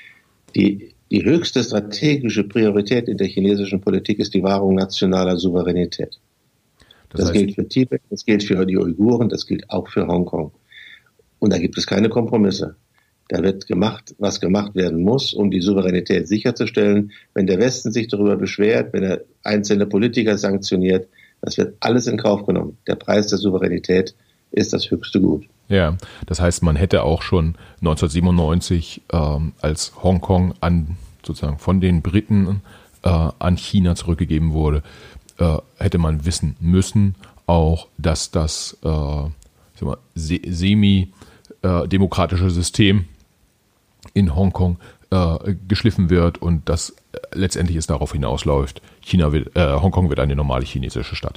Die höchste strategische Priorität in der chinesischen Politik ist die Wahrung nationaler Souveränität. Das gilt für Tibet, das gilt für die Uiguren, das gilt auch für Hongkong. Und da gibt es keine Kompromisse. Da wird gemacht, was gemacht werden muss, um die Souveränität sicherzustellen. Wenn der Westen sich darüber beschwert, wenn er einzelne Politiker sanktioniert, das wird alles in Kauf genommen. Der Preis der Souveränität ist das höchste Gut. Ja, das heißt, man hätte auch schon 1997, als Hongkong sozusagen von den Briten an China zurückgegeben wurde, hätte man wissen müssen, auch dass das semi-demokratische System in Hongkong geschliffen wird und dass letztendlich es darauf hinausläuft, Hongkong wird eine normale chinesische Stadt.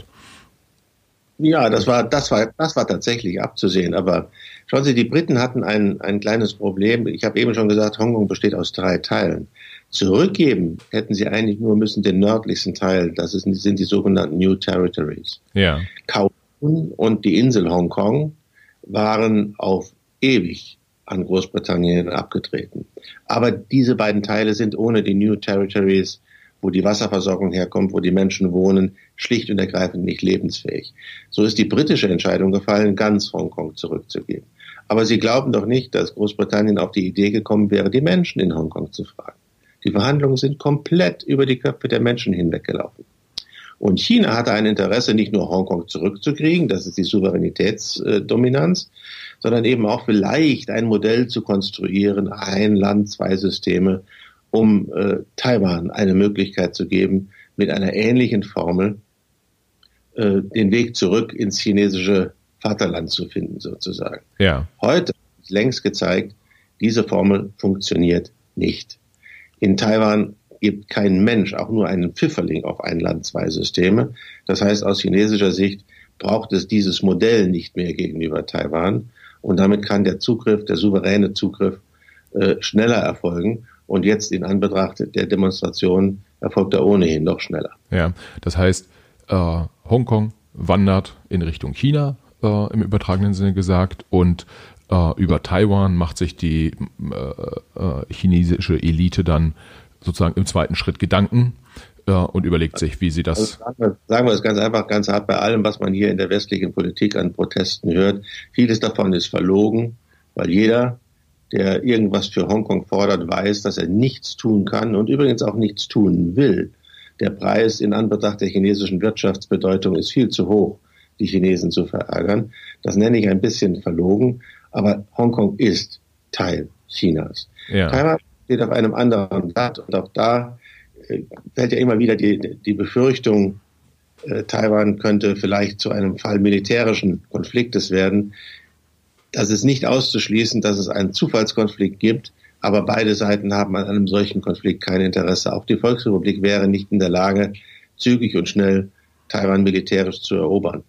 Ja, das war tatsächlich abzusehen. Aber schauen Sie, die Briten hatten ein kleines Problem. Ich habe eben schon gesagt, Hongkong besteht aus 3 Teilen. Zurückgeben hätten sie eigentlich nur müssen den nördlichsten Teil. Sind die sogenannten New Territories. Ja. Kowloon und die Insel Hongkong waren auf ewig an Großbritannien abgetreten. Aber diese beiden Teile sind ohne die New Territories, wo die Wasserversorgung herkommt, wo die Menschen wohnen, schlicht und ergreifend nicht lebensfähig. So ist die britische Entscheidung gefallen, ganz Hongkong zurückzugeben. Aber Sie glauben doch nicht, dass Großbritannien auf die Idee gekommen wäre, die Menschen in Hongkong zu fragen. Die Verhandlungen sind komplett über die Köpfe der Menschen hinweggelaufen. Und China hatte ein Interesse, nicht nur Hongkong zurückzukriegen, das ist die Souveränitätsdominanz, sondern eben auch vielleicht ein Modell zu konstruieren, ein Land, 2 Systeme, um Taiwan eine Möglichkeit zu geben, mit einer ähnlichen Formel den Weg zurück ins chinesische Vaterland zu finden, sozusagen. Ja. Heute ist längst gezeigt, diese Formel funktioniert nicht. In Taiwan gibt kein Mensch auch nur einen Pfifferling auf ein Land, 2 Systeme. Das heißt, aus chinesischer Sicht braucht es dieses Modell nicht mehr gegenüber Taiwan. Und damit kann der souveräne Zugriff schneller erfolgen. Und jetzt in Anbetracht der Demonstration erfolgt er ohnehin noch schneller. Ja, das heißt, Hongkong wandert in Richtung China, im übertragenen Sinne gesagt, und über Taiwan macht sich die chinesische Elite dann sozusagen im zweiten Schritt Gedanken und überlegt sich, wie sie das... Also sagen wir es ganz einfach, ganz hart, bei allem, was man hier in der westlichen Politik an Protesten hört, vieles davon ist verlogen, weil jeder, der irgendwas für Hongkong fordert, weiß, dass er nichts tun kann und übrigens auch nichts tun will. Der Preis in Anbetracht der chinesischen Wirtschaftsbedeutung ist viel zu hoch, die Chinesen zu verärgern. Das nenne ich ein bisschen verlogen, aber Hongkong ist Teil Chinas. Ja. Taiwan steht auf einem anderen Blatt und auch da fällt ja immer wieder die Befürchtung, Taiwan könnte vielleicht zu einem Fall militärischen Konfliktes werden. Das ist nicht auszuschließen, dass es einen Zufallskonflikt gibt, aber beide Seiten haben an einem solchen Konflikt kein Interesse. Auch die Volksrepublik wäre nicht in der Lage, zügig und schnell Taiwan militärisch zu erobern.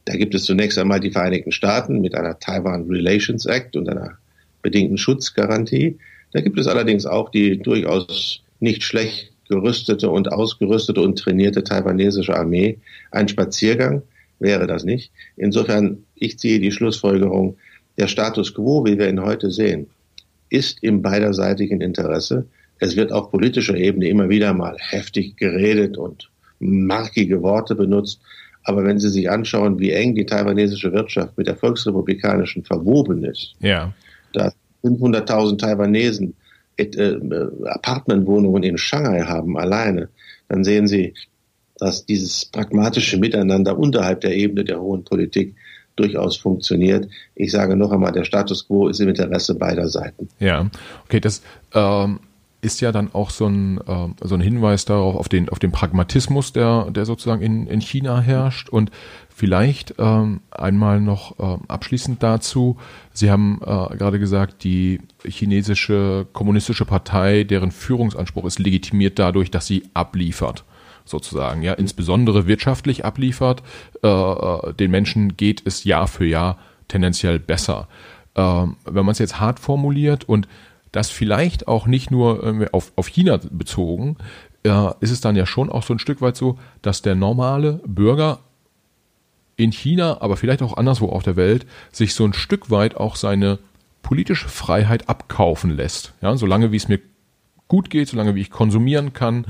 Da gibt es zunächst einmal die Vereinigten Staaten mit einer Taiwan Relations Act und einer bedingten Schutzgarantie. Da gibt es allerdings auch die durchaus nicht schlecht gerüstete und ausgerüstete und trainierte taiwanesische Armee. Ein Spaziergang wäre das nicht. Insofern, ich ziehe die Schlussfolgerung, der Status quo, wie wir ihn heute sehen, ist im beiderseitigen Interesse. Es wird auf politischer Ebene immer wieder mal heftig geredet und markige Worte benutzt. Aber wenn Sie sich anschauen, wie eng die taiwanesische Wirtschaft mit der volksrepublikanischen verwoben ist, Ja. da 500.000 Taiwanesen Apartmentwohnungen in Shanghai haben alleine, dann sehen Sie, dass dieses pragmatische Miteinander unterhalb der Ebene der hohen Politik durchaus funktioniert. Ich sage noch einmal, der Status quo ist im Interesse beider Seiten. Ja, okay, das ist ja dann auch so ein Hinweis darauf, auf den Pragmatismus, der sozusagen in China herrscht. Und vielleicht einmal noch abschließend dazu, Sie haben gerade gesagt, die chinesische kommunistische Partei, deren Führungsanspruch ist legitimiert dadurch, dass sie abliefert, sozusagen, ja, insbesondere wirtschaftlich abliefert. Den Menschen geht es Jahr für Jahr tendenziell besser. Wenn man es jetzt hart formuliert und das vielleicht auch nicht nur auf China bezogen, ist es dann ja schon auch so ein Stück weit so, dass der normale Bürger in China, aber vielleicht auch anderswo auf der Welt, sich so ein Stück weit auch seine politische Freiheit abkaufen lässt. Ja, solange wie es mir gut geht, solange wie ich konsumieren kann,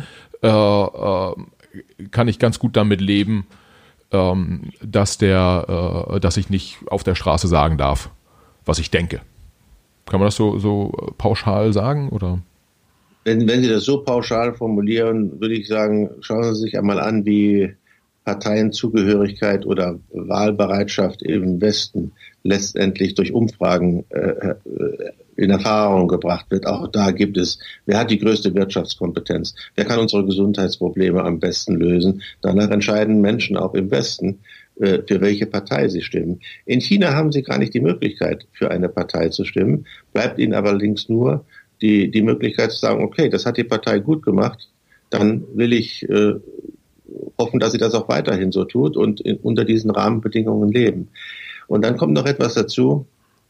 kann ich ganz gut damit leben, dass ich nicht auf der Straße sagen darf, was ich denke. Kann man das so pauschal sagen, oder? Wenn Sie das so pauschal formulieren, würde ich sagen, schauen Sie sich einmal an, wie Parteienzugehörigkeit oder Wahlbereitschaft im Westen letztendlich durch Umfragen in Erfahrung gebracht wird. Auch da gibt es, wer hat die größte Wirtschaftskompetenz? Wer kann unsere Gesundheitsprobleme am besten lösen? Danach entscheiden Menschen auch im Westen, für welche Partei sie stimmen. In China haben sie gar nicht die Möglichkeit, für eine Partei zu stimmen, bleibt ihnen allerdings nur die Möglichkeit zu sagen, okay, das hat die Partei gut gemacht, dann will ich hoffen, dass sie das auch weiterhin so tut und unter diesen Rahmenbedingungen leben. Und dann kommt noch etwas dazu,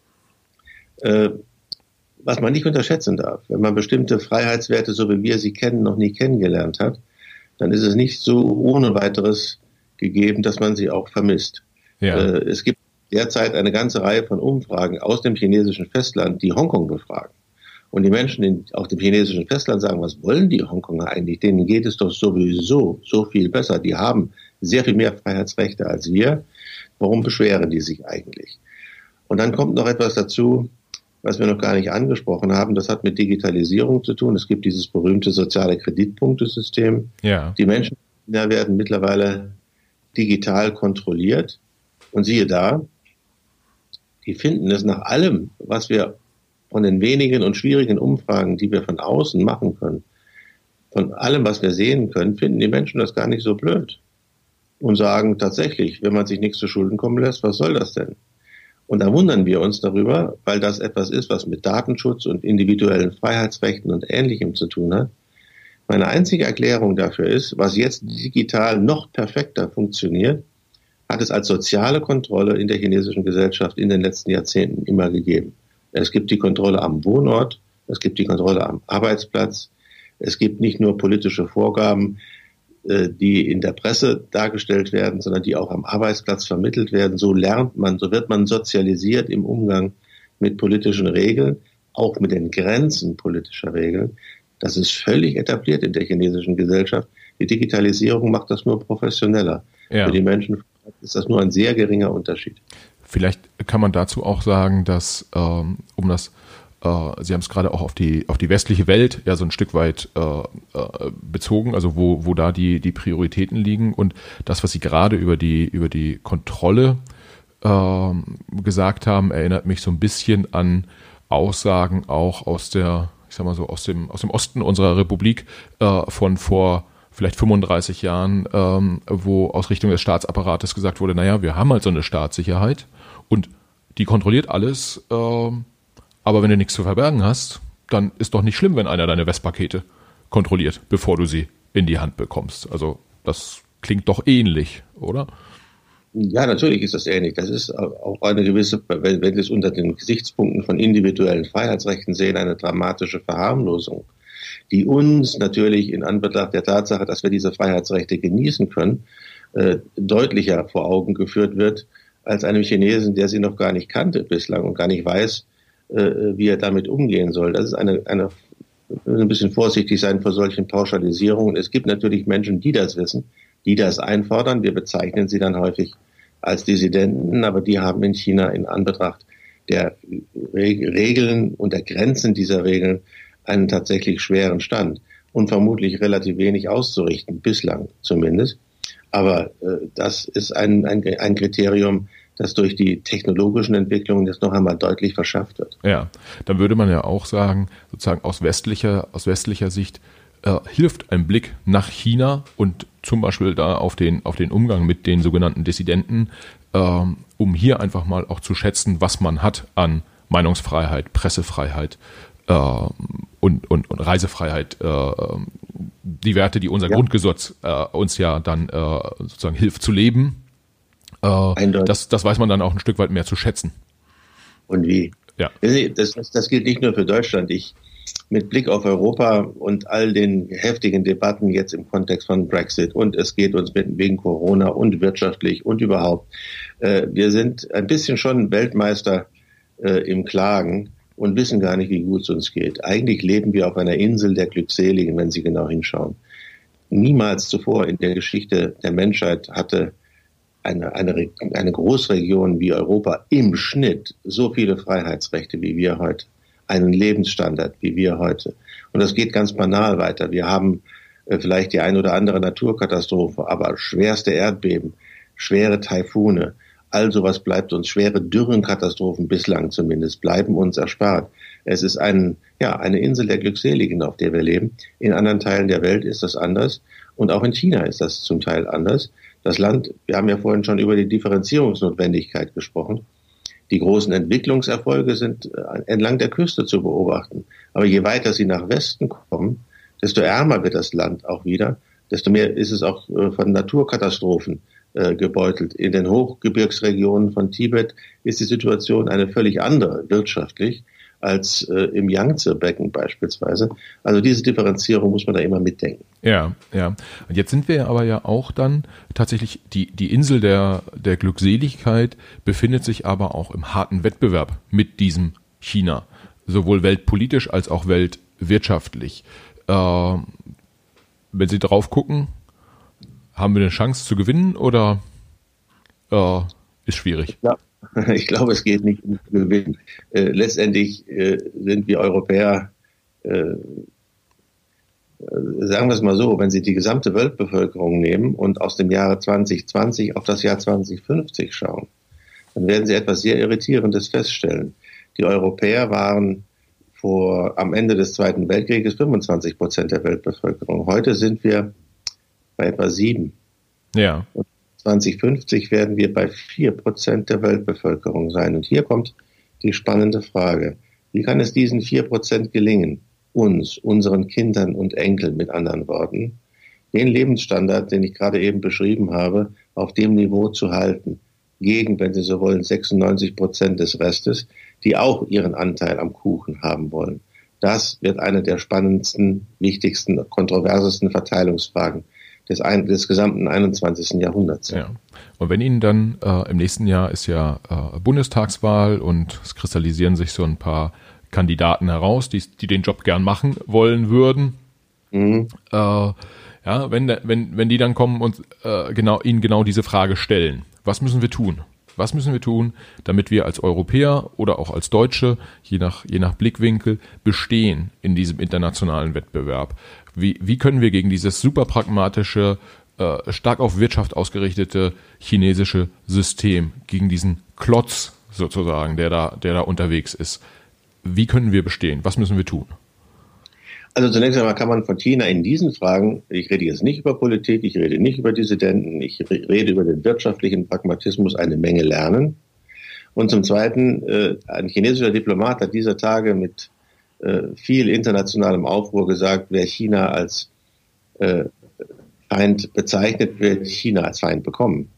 was man nicht unterschätzen darf. Wenn man bestimmte Freiheitswerte, so wie wir sie kennen, noch nie kennengelernt hat, dann ist es nicht so ohne weiteres gegeben, dass man sie auch vermisst. Ja. Es gibt derzeit eine ganze Reihe von Umfragen aus dem chinesischen Festland, die Hongkong befragen. Und die Menschen auf dem chinesischen Festland sagen, was wollen die Hongkonger eigentlich? Denen geht es doch sowieso so viel besser. Die haben sehr viel mehr Freiheitsrechte als wir. Warum beschweren die sich eigentlich? Und dann kommt noch etwas dazu, was wir noch gar nicht angesprochen haben. Das hat mit Digitalisierung zu tun. Es gibt dieses berühmte soziale Kreditpunktesystem. Ja. Die Menschen werden mittlerweile digital kontrolliert. Und siehe da, die finden es nach allem, was wir von den wenigen und schwierigen Umfragen, die wir von außen machen können, von allem, was wir sehen können, finden die Menschen das gar nicht so blöd und sagen tatsächlich, wenn man sich nichts zu Schulden kommen lässt, was soll das denn? Und da wundern wir uns darüber, weil das etwas ist, was mit Datenschutz und individuellen Freiheitsrechten und Ähnlichem zu tun hat. Meine einzige Erklärung dafür ist, was jetzt digital noch perfekter funktioniert, hat es als soziale Kontrolle in der chinesischen Gesellschaft in den letzten Jahrzehnten immer gegeben. Es gibt die Kontrolle am Wohnort, es gibt die Kontrolle am Arbeitsplatz, es gibt nicht nur politische Vorgaben, die in der Presse dargestellt werden, sondern die auch am Arbeitsplatz vermittelt werden. So lernt man, so wird man sozialisiert im Umgang mit politischen Regeln, auch mit den Grenzen politischer Regeln. Das ist völlig etabliert in der chinesischen Gesellschaft. Die Digitalisierung macht das nur professioneller. Ja. Für die Menschen ist das nur ein sehr geringer Unterschied. Vielleicht kann man dazu auch sagen, dass Sie haben es gerade auch auf die westliche Welt ja so ein Stück weit bezogen, also wo da die Prioritäten liegen, und das, was Sie gerade über die Kontrolle gesagt haben, erinnert mich so ein bisschen an Aussagen auch aus dem Osten unserer Republik von vor vielleicht 35 Jahren, wo aus Richtung des Staatsapparates gesagt wurde, naja, wir haben halt so eine Staatssicherheit und die kontrolliert alles, aber wenn du nichts zu verbergen hast, dann ist doch nicht schlimm, wenn einer deine Westpakete kontrolliert, bevor du sie in die Hand bekommst. Also das klingt doch ähnlich, oder? Ja, natürlich ist das ähnlich. Das ist auch eine gewisse, wenn wir es unter den Gesichtspunkten von individuellen Freiheitsrechten sehen, eine dramatische Verharmlosung, die uns natürlich in Anbetracht der Tatsache, dass wir diese Freiheitsrechte genießen können, deutlicher vor Augen geführt wird als einem Chinesen, der sie noch gar nicht kannte bislang und gar nicht weiß, wie er damit umgehen soll. Das ist ein bisschen vorsichtig sein vor solchen Pauschalisierungen. Es gibt natürlich Menschen, die das wissen, die das einfordern. Wir bezeichnen sie dann häufig als Dissidenten, aber die haben in China in Anbetracht der Regeln und der Grenzen dieser Regeln einen tatsächlich schweren Stand und vermutlich relativ wenig auszurichten, bislang zumindest. Aber das ist ein Kriterium, das durch die technologischen Entwicklungen jetzt noch einmal deutlich verschärft wird. Ja, dann würde man ja auch sagen, sozusagen aus westlicher Sicht hilft ein Blick nach China und zum Beispiel da auf den Umgang mit den sogenannten Dissidenten, um hier einfach mal auch zu schätzen, was man hat an Meinungsfreiheit, Pressefreiheit und Reisefreiheit, die Werte, die unser Grundgesetz uns ja dann sozusagen hilft zu leben. Das weiß man dann auch ein Stück weit mehr zu schätzen. Und wie? Ja. Das gilt nicht nur für Deutschland. Mit Blick auf Europa und all den heftigen Debatten jetzt im Kontext von Brexit und es geht uns wegen Corona und wirtschaftlich und überhaupt. Wir sind ein bisschen schon Weltmeister im Klagen und wissen gar nicht, wie gut es uns geht. Eigentlich leben wir auf einer Insel der Glückseligen, wenn Sie genau hinschauen. Niemals zuvor in der Geschichte der Menschheit hatte eine Großregion wie Europa im Schnitt so viele Freiheitsrechte wie wir heute, einen Lebensstandard wie wir heute. Und das geht ganz banal weiter. Wir haben vielleicht die ein oder andere Naturkatastrophe, aber schwerste Erdbeben, schwere Taifune, all sowas bleibt uns, schwere Dürrenkatastrophen bislang zumindest, bleiben uns erspart. Es ist eine Insel der Glückseligen, auf der wir leben. In anderen Teilen der Welt ist das anders und auch in China ist das zum Teil anders. Das Land, wir haben ja vorhin schon über die Differenzierungsnotwendigkeit gesprochen. Die großen Entwicklungserfolge sind entlang der Küste zu beobachten. Aber je weiter sie nach Westen kommen, desto ärmer wird das Land auch wieder, desto mehr ist es auch von Naturkatastrophen gebeutelt. In den Hochgebirgsregionen von Tibet ist die Situation eine völlig andere wirtschaftlich als im Yangtze-Becken beispielsweise. Also diese Differenzierung muss man da immer mitdenken. Ja. Und jetzt sind wir aber ja auch dann tatsächlich, die Insel der Glückseligkeit befindet sich aber auch im harten Wettbewerb mit diesem China, sowohl weltpolitisch als auch weltwirtschaftlich. Wenn Sie drauf gucken, haben wir eine Chance zu gewinnen oder ist schwierig? Ja. Ich glaube, es geht nicht um Gewinn. Letztendlich sind wir Europäer, sagen wir es mal so, wenn Sie die gesamte Weltbevölkerung nehmen und aus dem Jahre 2020 auf das Jahr 2050 schauen, dann werden Sie etwas sehr Irritierendes feststellen. Die Europäer waren am Ende des Zweiten Weltkrieges 25% der Weltbevölkerung. Heute sind wir bei etwa 7%. Ja. 2050 werden wir bei 4% der Weltbevölkerung sein. Und hier kommt die spannende Frage. Wie kann es diesen 4% gelingen, uns, unseren Kindern und Enkeln mit anderen Worten, den Lebensstandard, den ich gerade eben beschrieben habe, auf dem Niveau zu halten, gegen, wenn Sie so wollen, 96% des Restes, die auch ihren Anteil am Kuchen haben wollen. Das wird eine der spannendsten, wichtigsten, kontroversesten Verteilungsfragen des gesamten 21. Jahrhunderts. Ja. Und wenn Ihnen dann im nächsten Jahr ist ja Bundestagswahl und es kristallisieren sich so ein paar Kandidaten heraus, die den Job gern machen wollen würden. Mhm. Wenn die dann kommen und Ihnen genau diese Frage stellen, was müssen wir tun? Was müssen wir tun, damit wir als Europäer oder auch als Deutsche, je nach Blickwinkel, bestehen in diesem internationalen Wettbewerb? Wie können wir gegen dieses super pragmatische, stark auf Wirtschaft ausgerichtete chinesische System, gegen diesen Klotz sozusagen, der da unterwegs ist, wie können wir bestehen? Was müssen wir tun? Also zunächst einmal kann man von China in diesen Fragen, ich rede jetzt nicht über Politik, ich rede nicht über Dissidenten, ich rede über den wirtschaftlichen Pragmatismus, eine Menge lernen. Und zum Zweiten, ein chinesischer Diplomat hat dieser Tage mit viel internationalem Aufruhr gesagt, wer China als Feind bezeichnet, wird China als Feind bekommen.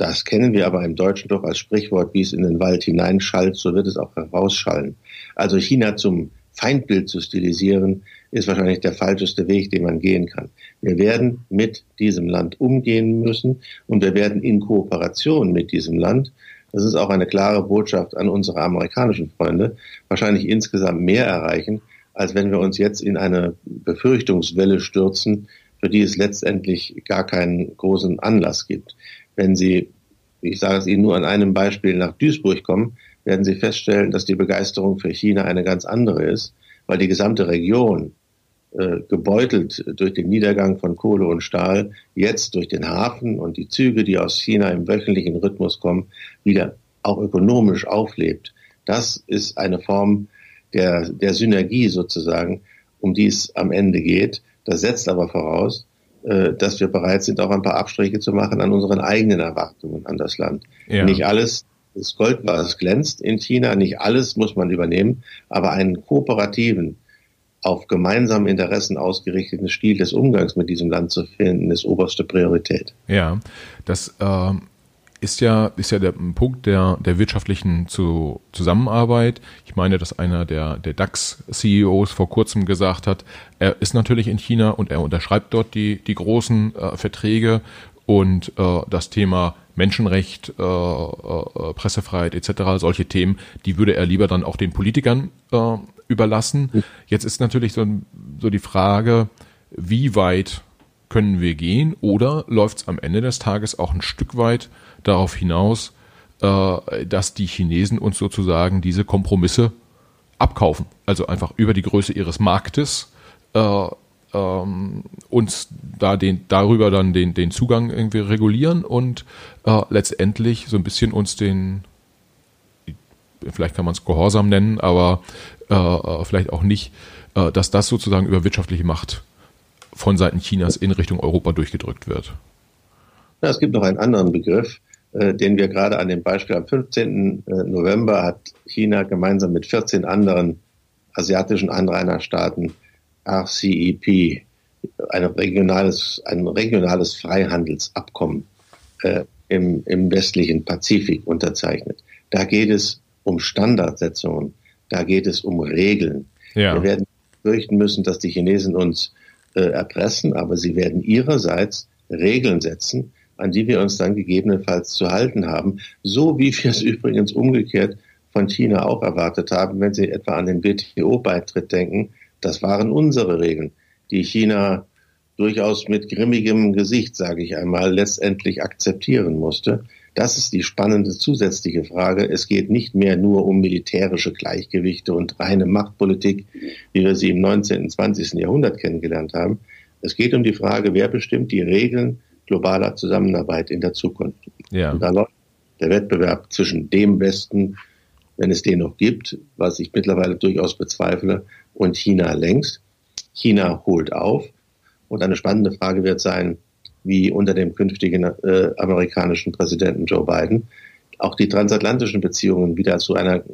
Das kennen wir aber im Deutschen doch als Sprichwort, wie es in den Wald hineinschallt, so wird es auch herausschallen. Also China zum Feindbild zu stilisieren, ist wahrscheinlich der falscheste Weg, den man gehen kann. Wir werden mit diesem Land umgehen müssen und wir werden in Kooperation mit diesem Land, das ist auch eine klare Botschaft an unsere amerikanischen Freunde, wahrscheinlich insgesamt mehr erreichen, als wenn wir uns jetzt in eine Befürchtungswelle stürzen, für die es letztendlich gar keinen großen Anlass gibt. Wenn Sie, ich sage es Ihnen nur an einem Beispiel, nach Duisburg kommen, werden Sie feststellen, dass die Begeisterung für China eine ganz andere ist, weil die gesamte Region, gebeutelt durch den Niedergang von Kohle und Stahl, jetzt durch den Hafen und die Züge, die aus China im wöchentlichen Rhythmus kommen, wieder auch ökonomisch auflebt. Das ist eine Form der Synergie sozusagen, um die es am Ende geht. Das setzt aber voraus, dass wir bereit sind, auch ein paar Abstriche zu machen an unseren eigenen Erwartungen an das Land. Ja. Nicht alles ist Gold, was glänzt in China, nicht alles muss man übernehmen, aber einen kooperativen, auf gemeinsame Interessen ausgerichteten Stil des Umgangs mit diesem Land zu finden, ist oberste Priorität. Ja, das ist ja der Punkt der wirtschaftlichen Zusammenarbeit. Ich meine, dass einer der DAX-CEOs vor kurzem gesagt hat, er ist natürlich in China und er unterschreibt dort die großen Verträge und das Thema Menschenrecht, Pressefreiheit etc., solche Themen, die würde er lieber dann auch den Politikern überlassen. Jetzt ist natürlich so die Frage, wie weit können wir gehen oder läuft es am Ende des Tages auch ein Stück weit darauf hinaus, dass die Chinesen uns sozusagen diese Kompromisse abkaufen, also einfach über die Größe ihres Marktes uns darüber dann den Zugang irgendwie regulieren und letztendlich so ein bisschen uns vielleicht kann man es Gehorsam nennen, aber vielleicht auch nicht, dass das sozusagen über wirtschaftliche Macht von Seiten Chinas in Richtung Europa durchgedrückt wird. Ja, es gibt noch einen anderen Begriff, den wir gerade an dem Beispiel am 15. November hat China gemeinsam mit 14 anderen asiatischen Anrainerstaaten RCEP, ein regionales Freihandelsabkommen im westlichen Pazifik unterzeichnet. Da geht es um Standardsetzungen, da geht es um Regeln. Ja. Wir werden fürchten müssen, dass die Chinesen uns erpressen, aber sie werden ihrerseits Regeln setzen, an die wir uns dann gegebenenfalls zu halten haben, so wie wir es übrigens umgekehrt von China auch erwartet haben, wenn Sie etwa an den WTO-Beitritt denken. Das waren unsere Regeln, die China durchaus mit grimmigem Gesicht, sage ich einmal, letztendlich akzeptieren musste. Das ist die spannende zusätzliche Frage. Es geht nicht mehr nur um militärische Gleichgewichte und reine Machtpolitik, wie wir sie im 19. und 20. Jahrhundert kennengelernt haben. Es geht um die Frage, wer bestimmt die Regeln globaler Zusammenarbeit in der Zukunft. Ja. Und da läuft der Wettbewerb zwischen dem Westen, wenn es den noch gibt, was ich mittlerweile durchaus bezweifle, und China längst. China holt auf. Und eine spannende Frage wird sein, wie unter dem künftigen amerikanischen Präsidenten Joe Biden auch die transatlantischen Beziehungen wieder zu einem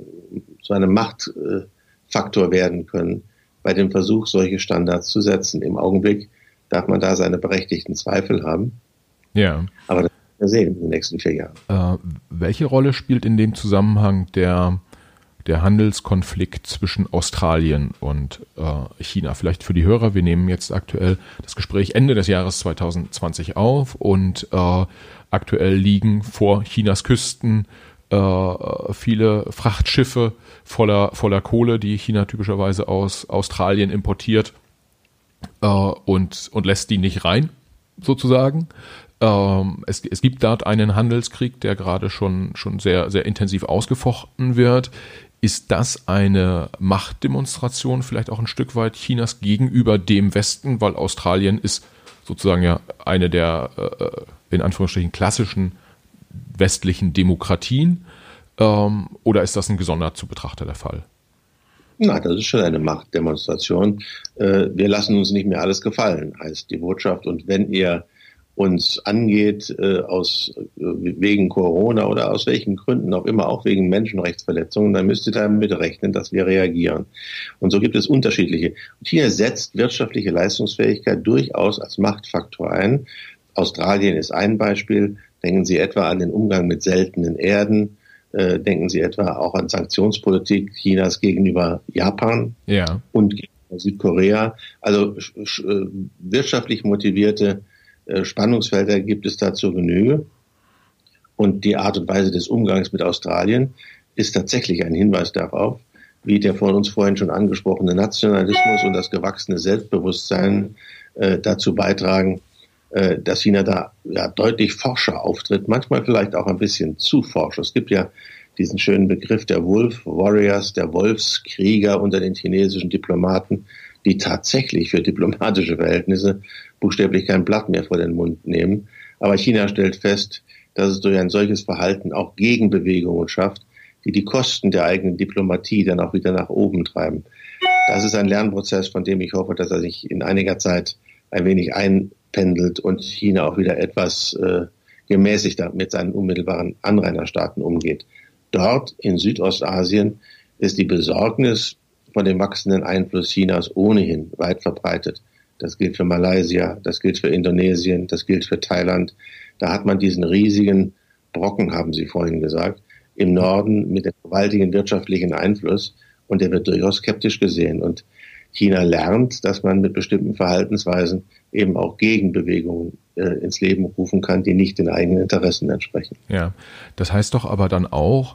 Machtfaktor werden können, bei dem Versuch, solche Standards zu setzen. Im Augenblick darf man da seine berechtigten Zweifel haben. Ja. Aber das werden wir sehen in den nächsten 4 Jahren. Welche Rolle spielt in dem Zusammenhang der Handelskonflikt zwischen Australien und China? Vielleicht für die Hörer, wir nehmen jetzt aktuell das Gespräch Ende des Jahres 2020 auf und aktuell liegen vor Chinas Küsten viele Frachtschiffe voller Kohle, die China typischerweise aus Australien importiert und lässt die nicht rein, sozusagen. Es gibt dort einen Handelskrieg, der gerade schon sehr, sehr intensiv ausgefochten wird. Ist das eine Machtdemonstration vielleicht auch ein Stück weit Chinas gegenüber dem Westen, weil Australien ist sozusagen ja eine der in Anführungsstrichen klassischen westlichen Demokratien, oder ist das ein gesondert zu betrachteter Fall? Na, das ist schon eine Machtdemonstration. Wir lassen uns nicht mehr alles gefallen, heißt die Botschaft. Und wenn ihr uns angeht, wegen Corona oder aus welchen Gründen auch immer, auch wegen Menschenrechtsverletzungen, dann müsst ihr damit rechnen, dass wir reagieren. Und so gibt es unterschiedliche. Und China setzt wirtschaftliche Leistungsfähigkeit durchaus als Machtfaktor ein. Australien ist ein Beispiel. Denken Sie etwa an den Umgang mit seltenen Erden. Denken Sie etwa auch an Sanktionspolitik Chinas gegenüber Japan und gegenüber Südkorea. Also wirtschaftlich motivierte Spannungsfelder gibt es da zur Genüge. Und die Art und Weise des Umgangs mit Australien ist tatsächlich ein Hinweis darauf, wie der von uns vorhin schon angesprochene Nationalismus und das gewachsene Selbstbewusstsein dazu beitragen, dass China da deutlich forscher auftritt, manchmal vielleicht auch ein bisschen zu forsch. Es gibt ja diesen schönen Begriff der Wolf Warriors, der Wolfskrieger unter den chinesischen Diplomaten, die tatsächlich für diplomatische Verhältnisse buchstäblich kein Blatt mehr vor den Mund nehmen. Aber China stellt fest, dass es durch ein solches Verhalten auch Gegenbewegungen schafft, die die Kosten der eigenen Diplomatie dann auch wieder nach oben treiben. Das ist ein Lernprozess, von dem ich hoffe, dass er sich in einiger Zeit ein wenig einpendelt und China auch wieder etwas gemäßigter mit seinen unmittelbaren Anrainerstaaten umgeht. Dort in Südostasien ist die Besorgnis von dem wachsenden Einfluss Chinas ohnehin weit verbreitet. Das gilt für Malaysia, das gilt für Indonesien, das gilt für Thailand. Da hat man diesen riesigen Brocken, haben Sie vorhin gesagt, im Norden mit dem gewaltigen wirtschaftlichen Einfluss, und der wird durchaus skeptisch gesehen. Und China lernt, dass man mit bestimmten Verhaltensweisen eben auch Gegenbewegungen ins Leben rufen kann, die nicht den eigenen Interessen entsprechen. Ja, das heißt doch aber dann auch,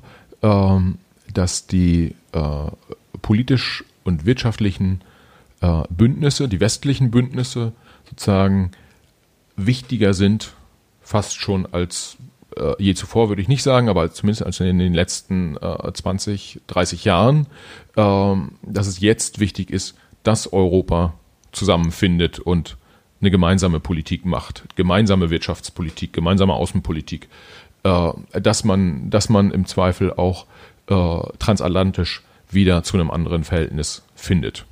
dass die politisch und wirtschaftlichen Bündnisse, die westlichen Bündnisse sozusagen wichtiger sind, fast schon als je zuvor, würde ich nicht sagen, aber zumindest als in den letzten 20, 30 Jahren, dass es jetzt wichtig ist, dass Europa zusammenfindet und eine gemeinsame Politik macht, gemeinsame Wirtschaftspolitik, gemeinsame Außenpolitik, dass man im Zweifel auch transatlantisch wieder zu einem anderen Verhältnis findet.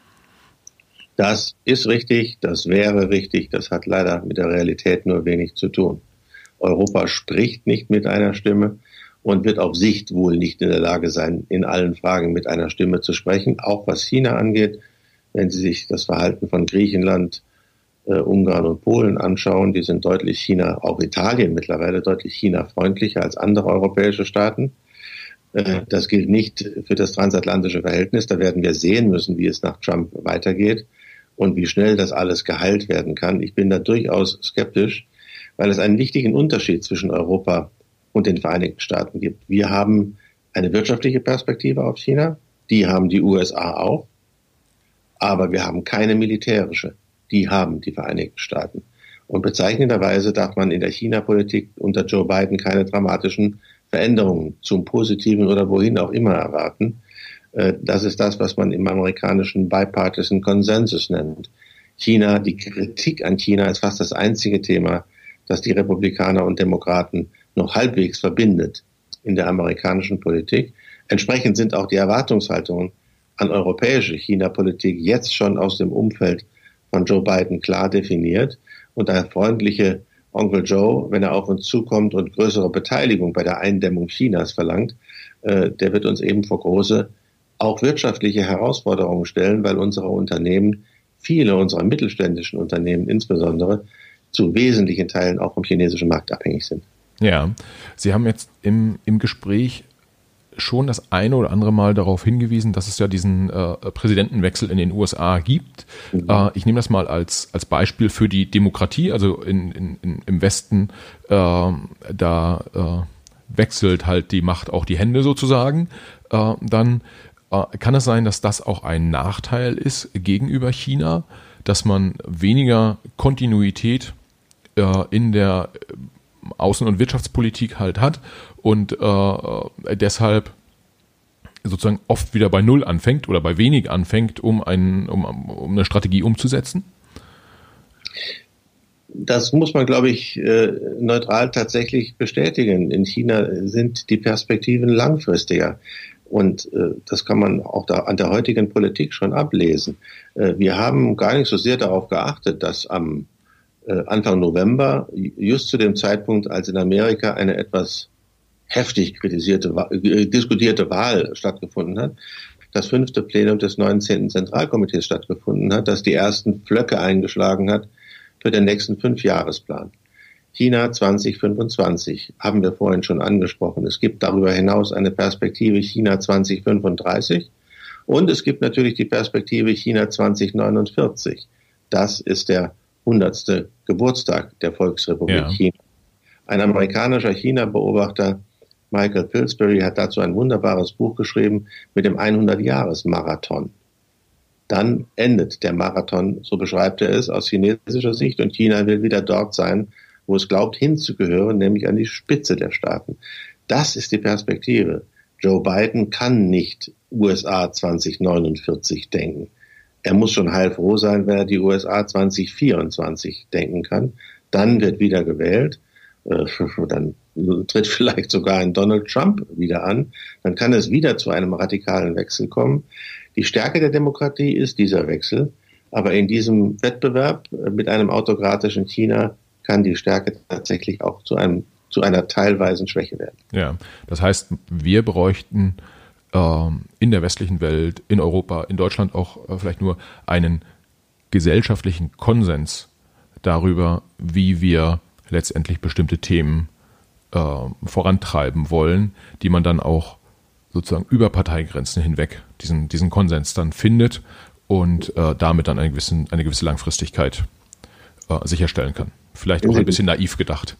Das ist richtig, das wäre richtig, das hat leider mit der Realität nur wenig zu tun. Europa spricht nicht mit einer Stimme und wird auf Sicht wohl nicht in der Lage sein, in allen Fragen mit einer Stimme zu sprechen, auch was China angeht. Wenn Sie sich das Verhalten von Griechenland, Ungarn und Polen anschauen, die sind deutlich China, auch Italien mittlerweile deutlich China-freundlicher als andere europäische Staaten. Das gilt nicht für das transatlantische Verhältnis. Da werden wir sehen müssen, wie es nach Trump weitergeht und wie schnell das alles geheilt werden kann. Ich bin da durchaus skeptisch, weil es einen wichtigen Unterschied zwischen Europa und den Vereinigten Staaten gibt. Wir haben eine wirtschaftliche Perspektive auf China, die haben die USA auch, aber wir haben keine militärische. Die haben die Vereinigten Staaten. Und bezeichnenderweise darf man in der China-Politik unter Joe Biden keine dramatischen Veränderungen zum Positiven oder wohin auch immer erwarten. Das ist das, was man im amerikanischen Bipartisan Consensus nennt. China, die Kritik an China ist fast das einzige Thema, das die Republikaner und Demokraten noch halbwegs verbindet in der amerikanischen Politik. Entsprechend sind auch die Erwartungshaltungen an europäische China-Politik jetzt schon aus dem Umfeld von Joe Biden klar definiert. Und der freundliche Onkel Joe, wenn er auf uns zukommt und größere Beteiligung bei der Eindämmung Chinas verlangt, der wird uns eben vor große, auch wirtschaftliche Herausforderungen stellen, weil unsere Unternehmen, viele unserer mittelständischen Unternehmen insbesondere, zu wesentlichen Teilen auch vom chinesischen Markt abhängig sind. Ja, Sie haben jetzt im Gespräch schon das eine oder andere Mal darauf hingewiesen, dass es ja diesen Präsidentenwechsel in den USA gibt. Mhm. Ich nehme das mal als Beispiel für die Demokratie. Also im Westen, da wechselt halt die Macht auch die Hände sozusagen. Dann kann es sein, dass das auch ein Nachteil ist gegenüber China, dass man weniger Kontinuität in der Außen- und Wirtschaftspolitik halt hat und deshalb sozusagen oft wieder bei Null anfängt oder bei wenig anfängt, um eine Strategie umzusetzen? Das muss man, glaube ich, neutral tatsächlich bestätigen. In China sind die Perspektiven langfristiger. Und das kann man auch da an der heutigen Politik schon ablesen. Wir haben gar nicht so sehr darauf geachtet, dass am Anfang November, just zu dem Zeitpunkt, als in Amerika eine etwas heftig diskutierte Wahl stattgefunden hat, das 5. Plenum des 19. Zentralkomitees stattgefunden hat, das die ersten Pflöcke eingeschlagen hat für den nächsten 5-Jahresplan. China 2025 haben wir vorhin schon angesprochen. Es gibt darüber hinaus eine Perspektive China 2035 und es gibt natürlich die Perspektive China 2049. Das ist der 100. Geburtstag der Volksrepublik China. Ein amerikanischer China-Beobachter, Michael Pillsbury, hat dazu ein wunderbares Buch geschrieben mit dem 100-Jahres-Marathon. Dann endet der Marathon, so beschreibt er es, aus chinesischer Sicht, und China will wieder dort sein, wo es glaubt hinzugehören, nämlich an die Spitze der Staaten. Das ist die Perspektive. Joe Biden kann nicht USA 2049 denken. Er muss schon heilfroh sein, wenn er die USA 2024 denken kann. Dann wird wieder gewählt. Dann tritt vielleicht sogar ein Donald Trump wieder an. Dann kann es wieder zu einem radikalen Wechsel kommen. Die Stärke der Demokratie ist dieser Wechsel. Aber in diesem Wettbewerb mit einem autokratischen China kann die Stärke tatsächlich auch zu einer teilweisen Schwäche werden. Ja, das heißt, wir bräuchten in der westlichen Welt, in Europa, in Deutschland auch vielleicht nur einen gesellschaftlichen Konsens darüber, wie wir letztendlich bestimmte Themen vorantreiben wollen, die man dann auch sozusagen über Parteigrenzen hinweg diesen Konsens dann findet und damit dann eine gewisse Langfristigkeit sicherstellen kann. Vielleicht auch ein bisschen naiv gedacht.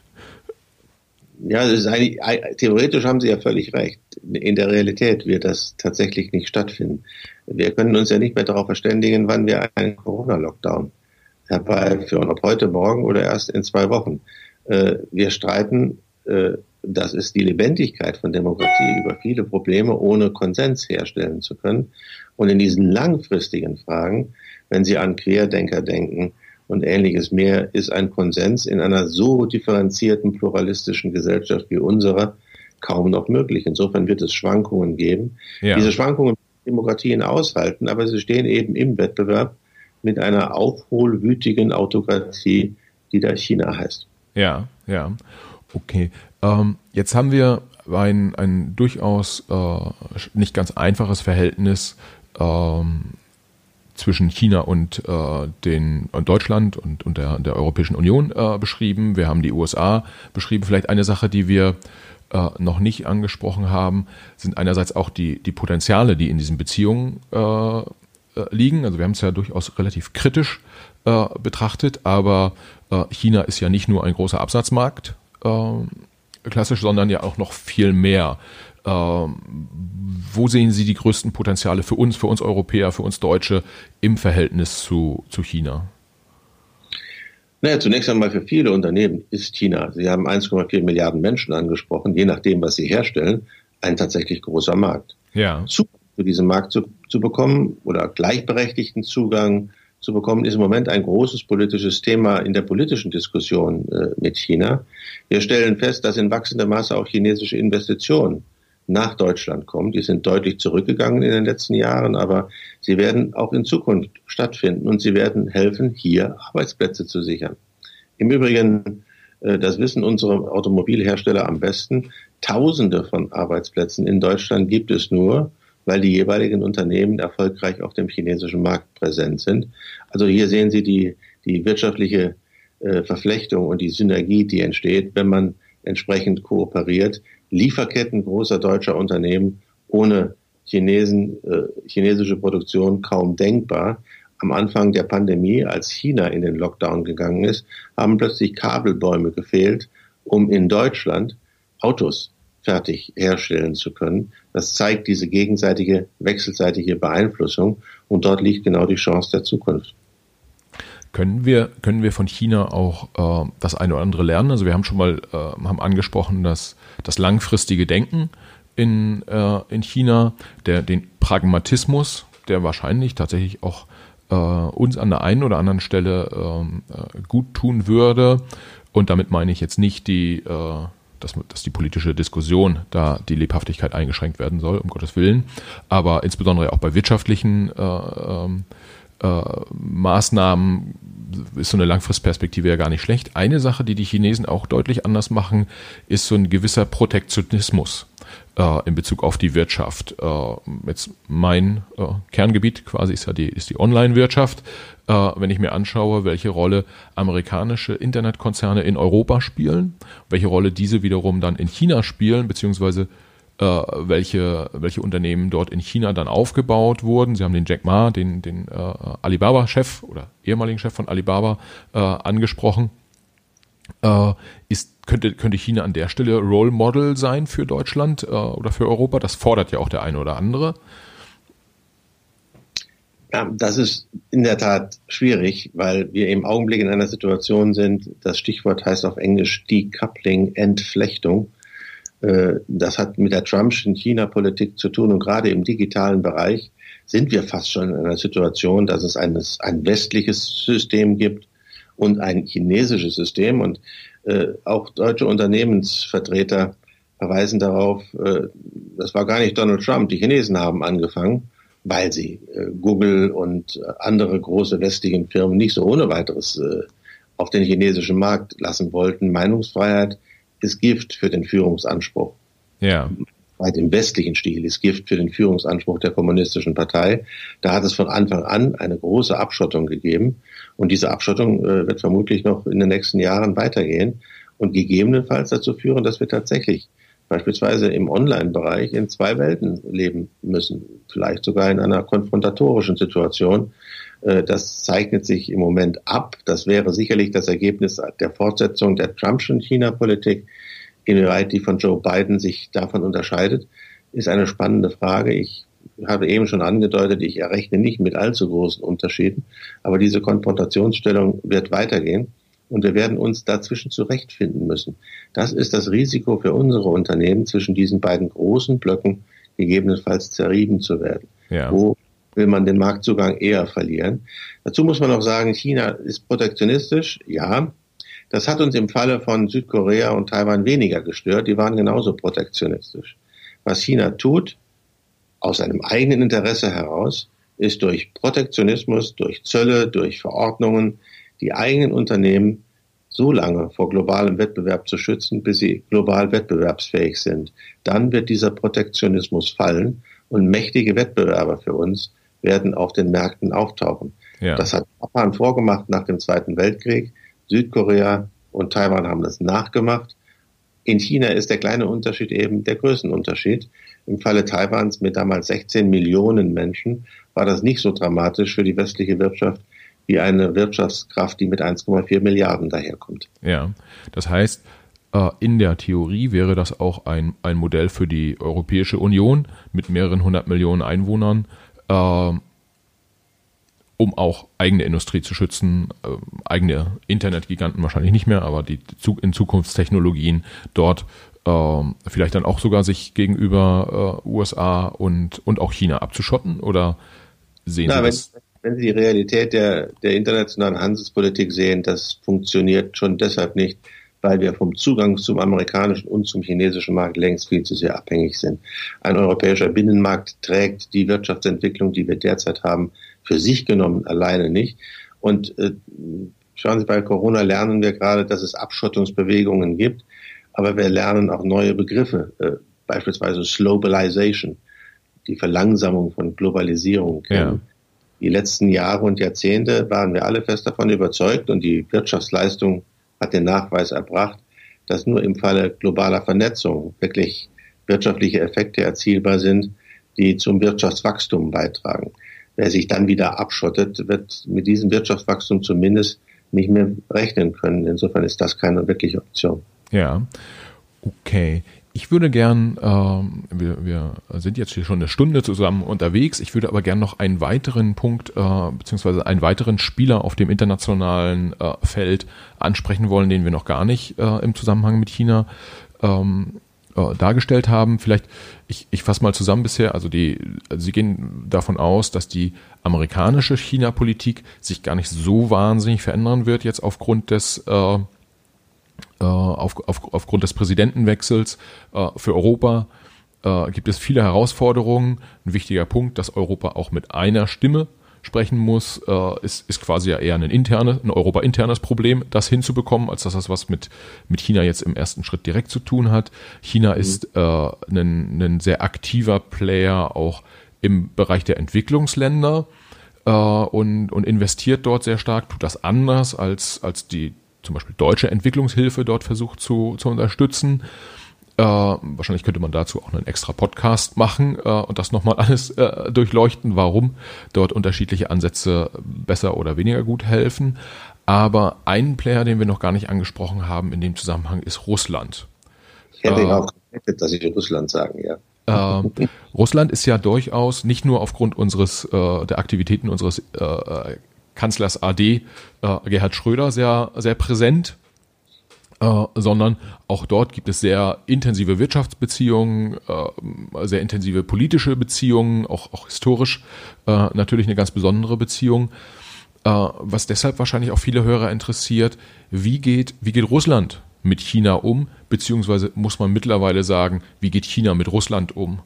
Ja, das ist theoretisch haben Sie ja völlig recht. In der Realität wird das tatsächlich nicht stattfinden. Wir können uns ja nicht mehr darauf verständigen, wann wir einen Corona-Lockdown herbeiführen, ob heute, morgen oder erst in 2 Wochen. Wir streiten, das ist die Lebendigkeit von Demokratie, über viele Probleme ohne Konsens herstellen zu können. Und in diesen langfristigen Fragen, wenn Sie an Querdenker denken und Ähnliches mehr, ist ein Konsens in einer so differenzierten, pluralistischen Gesellschaft wie unserer kaum noch möglich. Insofern wird es Schwankungen geben. Ja. Diese Schwankungen Demokratien aushalten, aber sie stehen eben im Wettbewerb mit einer aufholwütigen Autokratie, die da China heißt. Ja, okay. Jetzt haben wir ein durchaus nicht ganz einfaches Verhältnis zwischen China und Deutschland und der Europäischen Union beschrieben. Wir haben die USA beschrieben. Vielleicht eine Sache, die wir noch nicht angesprochen haben, sind einerseits auch die Potenziale, die in diesen Beziehungen liegen. Also wir haben es ja durchaus relativ kritisch betrachtet, aber China ist ja nicht nur ein großer Absatzmarkt, klassisch, sondern ja auch noch viel mehr. Wo sehen Sie die größten Potenziale für uns Europäer, für uns Deutsche im Verhältnis zu China? Naja, zunächst einmal für viele Unternehmen ist China, Sie haben 1,4 Milliarden Menschen angesprochen, je nachdem, was sie herstellen, ein tatsächlich großer Markt. Ja. Zugang zu diesem Markt zu bekommen oder gleichberechtigten Zugang zu bekommen, ist im Moment ein großes politisches Thema in der politischen Diskussion mit China. Wir stellen fest, dass in wachsendem Maße auch chinesische Investitionen nach Deutschland kommen. Die sind deutlich zurückgegangen in den letzten Jahren, aber sie werden auch in Zukunft stattfinden und sie werden helfen, hier Arbeitsplätze zu sichern. Im Übrigen, das wissen unsere Automobilhersteller am besten, Tausende von Arbeitsplätzen in Deutschland gibt es nur, weil die jeweiligen Unternehmen erfolgreich auf dem chinesischen Markt präsent sind. Also hier sehen Sie die wirtschaftliche Verflechtung und die Synergie, die entsteht, wenn man entsprechend kooperiert. Lieferketten großer deutscher Unternehmen ohne chinesische Produktion kaum denkbar. Am Anfang der Pandemie, als China in den Lockdown gegangen ist, haben plötzlich Kabelbäume gefehlt, um in Deutschland Autos fertig herstellen zu können. Das zeigt diese gegenseitige, wechselseitige Beeinflussung und dort liegt genau die Chance der Zukunft. Können wir von China auch das eine oder andere lernen? Also wir haben schon mal haben angesprochen, dass das langfristige Denken in China, den Pragmatismus, der wahrscheinlich tatsächlich auch uns an der einen oder anderen Stelle gut tun würde. Und damit meine ich jetzt nicht dass die politische Diskussion da die Lebhaftigkeit eingeschränkt werden soll, um Gottes Willen, aber insbesondere auch bei wirtschaftlichen Maßnahmen ist so eine Langfristperspektive ja gar nicht schlecht. Eine Sache, die Chinesen auch deutlich anders machen, ist so ein gewisser Protektionismus. in Bezug auf die Wirtschaft. Jetzt mein Kerngebiet quasi ist die Online-Wirtschaft. Wenn ich mir anschaue, welche Rolle amerikanische Internetkonzerne in Europa spielen, welche Rolle diese wiederum dann in China spielen, beziehungsweise welche Unternehmen dort in China dann aufgebaut wurden. Sie haben den Jack Ma, den Alibaba-Chef oder ehemaligen Chef von Alibaba angesprochen. Könnte China an der Stelle Role Model sein für Deutschland oder für Europa? Das fordert ja auch der eine oder andere. Ja, das ist in der Tat schwierig, weil wir im Augenblick in einer Situation sind, das Stichwort heißt auf Englisch Decoupling, Entflechtung. Das hat mit der Trumpschen China-Politik zu tun und gerade im digitalen Bereich sind wir fast schon in einer Situation, dass es ein westliches System gibt und ein chinesisches System und auch deutsche Unternehmensvertreter verweisen darauf, das war gar nicht Donald Trump, die Chinesen haben angefangen, weil sie Google und andere große westliche Firmen nicht so ohne weiteres auf den chinesischen Markt lassen wollten. Meinungsfreiheit ist Gift für den Führungsanspruch. Ja. Weit im westlichen Stil ist Gift für den Führungsanspruch der kommunistischen Partei. Da hat es von Anfang an eine große Abschottung gegeben. Und diese Abschottung wird vermutlich noch in den nächsten Jahren weitergehen und gegebenenfalls dazu führen, dass wir tatsächlich beispielsweise im Online-Bereich in zwei Welten leben müssen. Vielleicht sogar in einer konfrontatorischen Situation. Das zeichnet sich im Moment ab. Das wäre sicherlich das Ergebnis der Fortsetzung der Trumpschen China-Politik. Inwieweit die von Joe Biden sich davon unterscheidet, ist eine spannende Frage. Ich habe eben schon angedeutet, ich errechne nicht mit allzu großen Unterschieden, aber diese Konfrontationsstellung wird weitergehen und wir werden uns dazwischen zurechtfinden müssen. Das ist das Risiko für unsere Unternehmen, zwischen diesen beiden großen Blöcken gegebenenfalls zerrieben zu werden. Ja. Wo will man den Marktzugang eher verlieren? Dazu muss man noch sagen, China ist protektionistisch, ja. Das hat uns im Falle von Südkorea und Taiwan weniger gestört. Die waren genauso protektionistisch. Was China tut, aus seinem eigenen Interesse heraus, ist durch Protektionismus, durch Zölle, durch Verordnungen, die eigenen Unternehmen so lange vor globalem Wettbewerb zu schützen, bis sie global wettbewerbsfähig sind. Dann wird dieser Protektionismus fallen und mächtige Wettbewerber für uns werden auf den Märkten auftauchen. Ja. Das hat Japan vorgemacht nach dem Zweiten Weltkrieg. Südkorea und Taiwan haben das nachgemacht. In China ist der kleine Unterschied eben der Größenunterschied. Im Falle Taiwans mit damals 16 Millionen Menschen war das nicht so dramatisch für die westliche Wirtschaft wie eine Wirtschaftskraft, die mit 1,4 Milliarden daherkommt. Ja, das heißt, in der Theorie wäre das auch ein Modell für die Europäische Union mit mehreren 100 Millionen Einwohnern, um auch eigene Industrie zu schützen, eigene Internetgiganten wahrscheinlich nicht mehr, aber die in Zukunftstechnologien dort vielleicht dann auch sogar sich gegenüber USA und auch China abzuschotten? Oder sehen Sie das? Wenn Sie die Realität der internationalen Handelspolitik sehen, das funktioniert schon deshalb nicht, weil wir vom Zugang zum amerikanischen und zum chinesischen Markt längst viel zu sehr abhängig sind. Ein europäischer Binnenmarkt trägt die Wirtschaftsentwicklung, die wir derzeit haben, für sich genommen alleine nicht. Und schauen Sie, bei Corona lernen wir gerade, dass es Abschottungsbewegungen gibt, aber wir lernen auch neue Begriffe, beispielsweise Globalization, die Verlangsamung von Globalisierung. Ja. Die letzten Jahre und Jahrzehnte waren wir alle fest davon überzeugt und die Wirtschaftsleistung hat den Nachweis erbracht, dass nur im Falle globaler Vernetzung wirklich wirtschaftliche Effekte erzielbar sind, die zum Wirtschaftswachstum beitragen. Wer sich dann wieder abschottet, wird mit diesem Wirtschaftswachstum zumindest nicht mehr rechnen können. Insofern ist das keine wirkliche Option. Ja, okay. Ich würde gern, wir sind jetzt hier schon eine Stunde zusammen unterwegs, ich würde aber gern noch einen weiteren Punkt beziehungsweise einen weiteren Spieler auf dem internationalen Feld ansprechen wollen, den wir noch gar nicht im Zusammenhang mit China dargestellt haben. Vielleicht, ich fasse mal zusammen bisher, also Sie gehen davon aus, dass die amerikanische China-Politik sich gar nicht so wahnsinnig verändern wird jetzt aufgrund des Präsidentenwechsels. Für Europa gibt es viele Herausforderungen. Ein wichtiger Punkt, dass Europa auch mit einer Stimme sprechen muss, ist quasi ja eher ein Europa-internes Problem, das hinzubekommen, als dass das was mit China jetzt im ersten Schritt direkt zu tun hat. China ist ein sehr aktiver Player auch im Bereich der Entwicklungsländer und investiert dort sehr stark, tut das anders als die zum Beispiel deutsche Entwicklungshilfe dort versucht zu unterstützen. Wahrscheinlich könnte man dazu auch einen extra Podcast machen und das nochmal alles durchleuchten, warum dort unterschiedliche Ansätze besser oder weniger gut helfen. Aber einen Player, den wir noch gar nicht angesprochen haben in dem Zusammenhang, ist Russland. Ich hätte ihn auch gerettet, dass ich Russland sagen, ja. Russland ist ja durchaus nicht nur aufgrund der Aktivitäten unseres Kanzlers AD Gerhard Schröder sehr, sehr präsent, sondern auch dort gibt es sehr intensive Wirtschaftsbeziehungen, sehr intensive politische Beziehungen, auch historisch natürlich eine ganz besondere Beziehung, was deshalb wahrscheinlich auch viele Hörer interessiert. Wie geht Russland mit China um, beziehungsweise muss man mittlerweile sagen, wie geht China mit Russland um?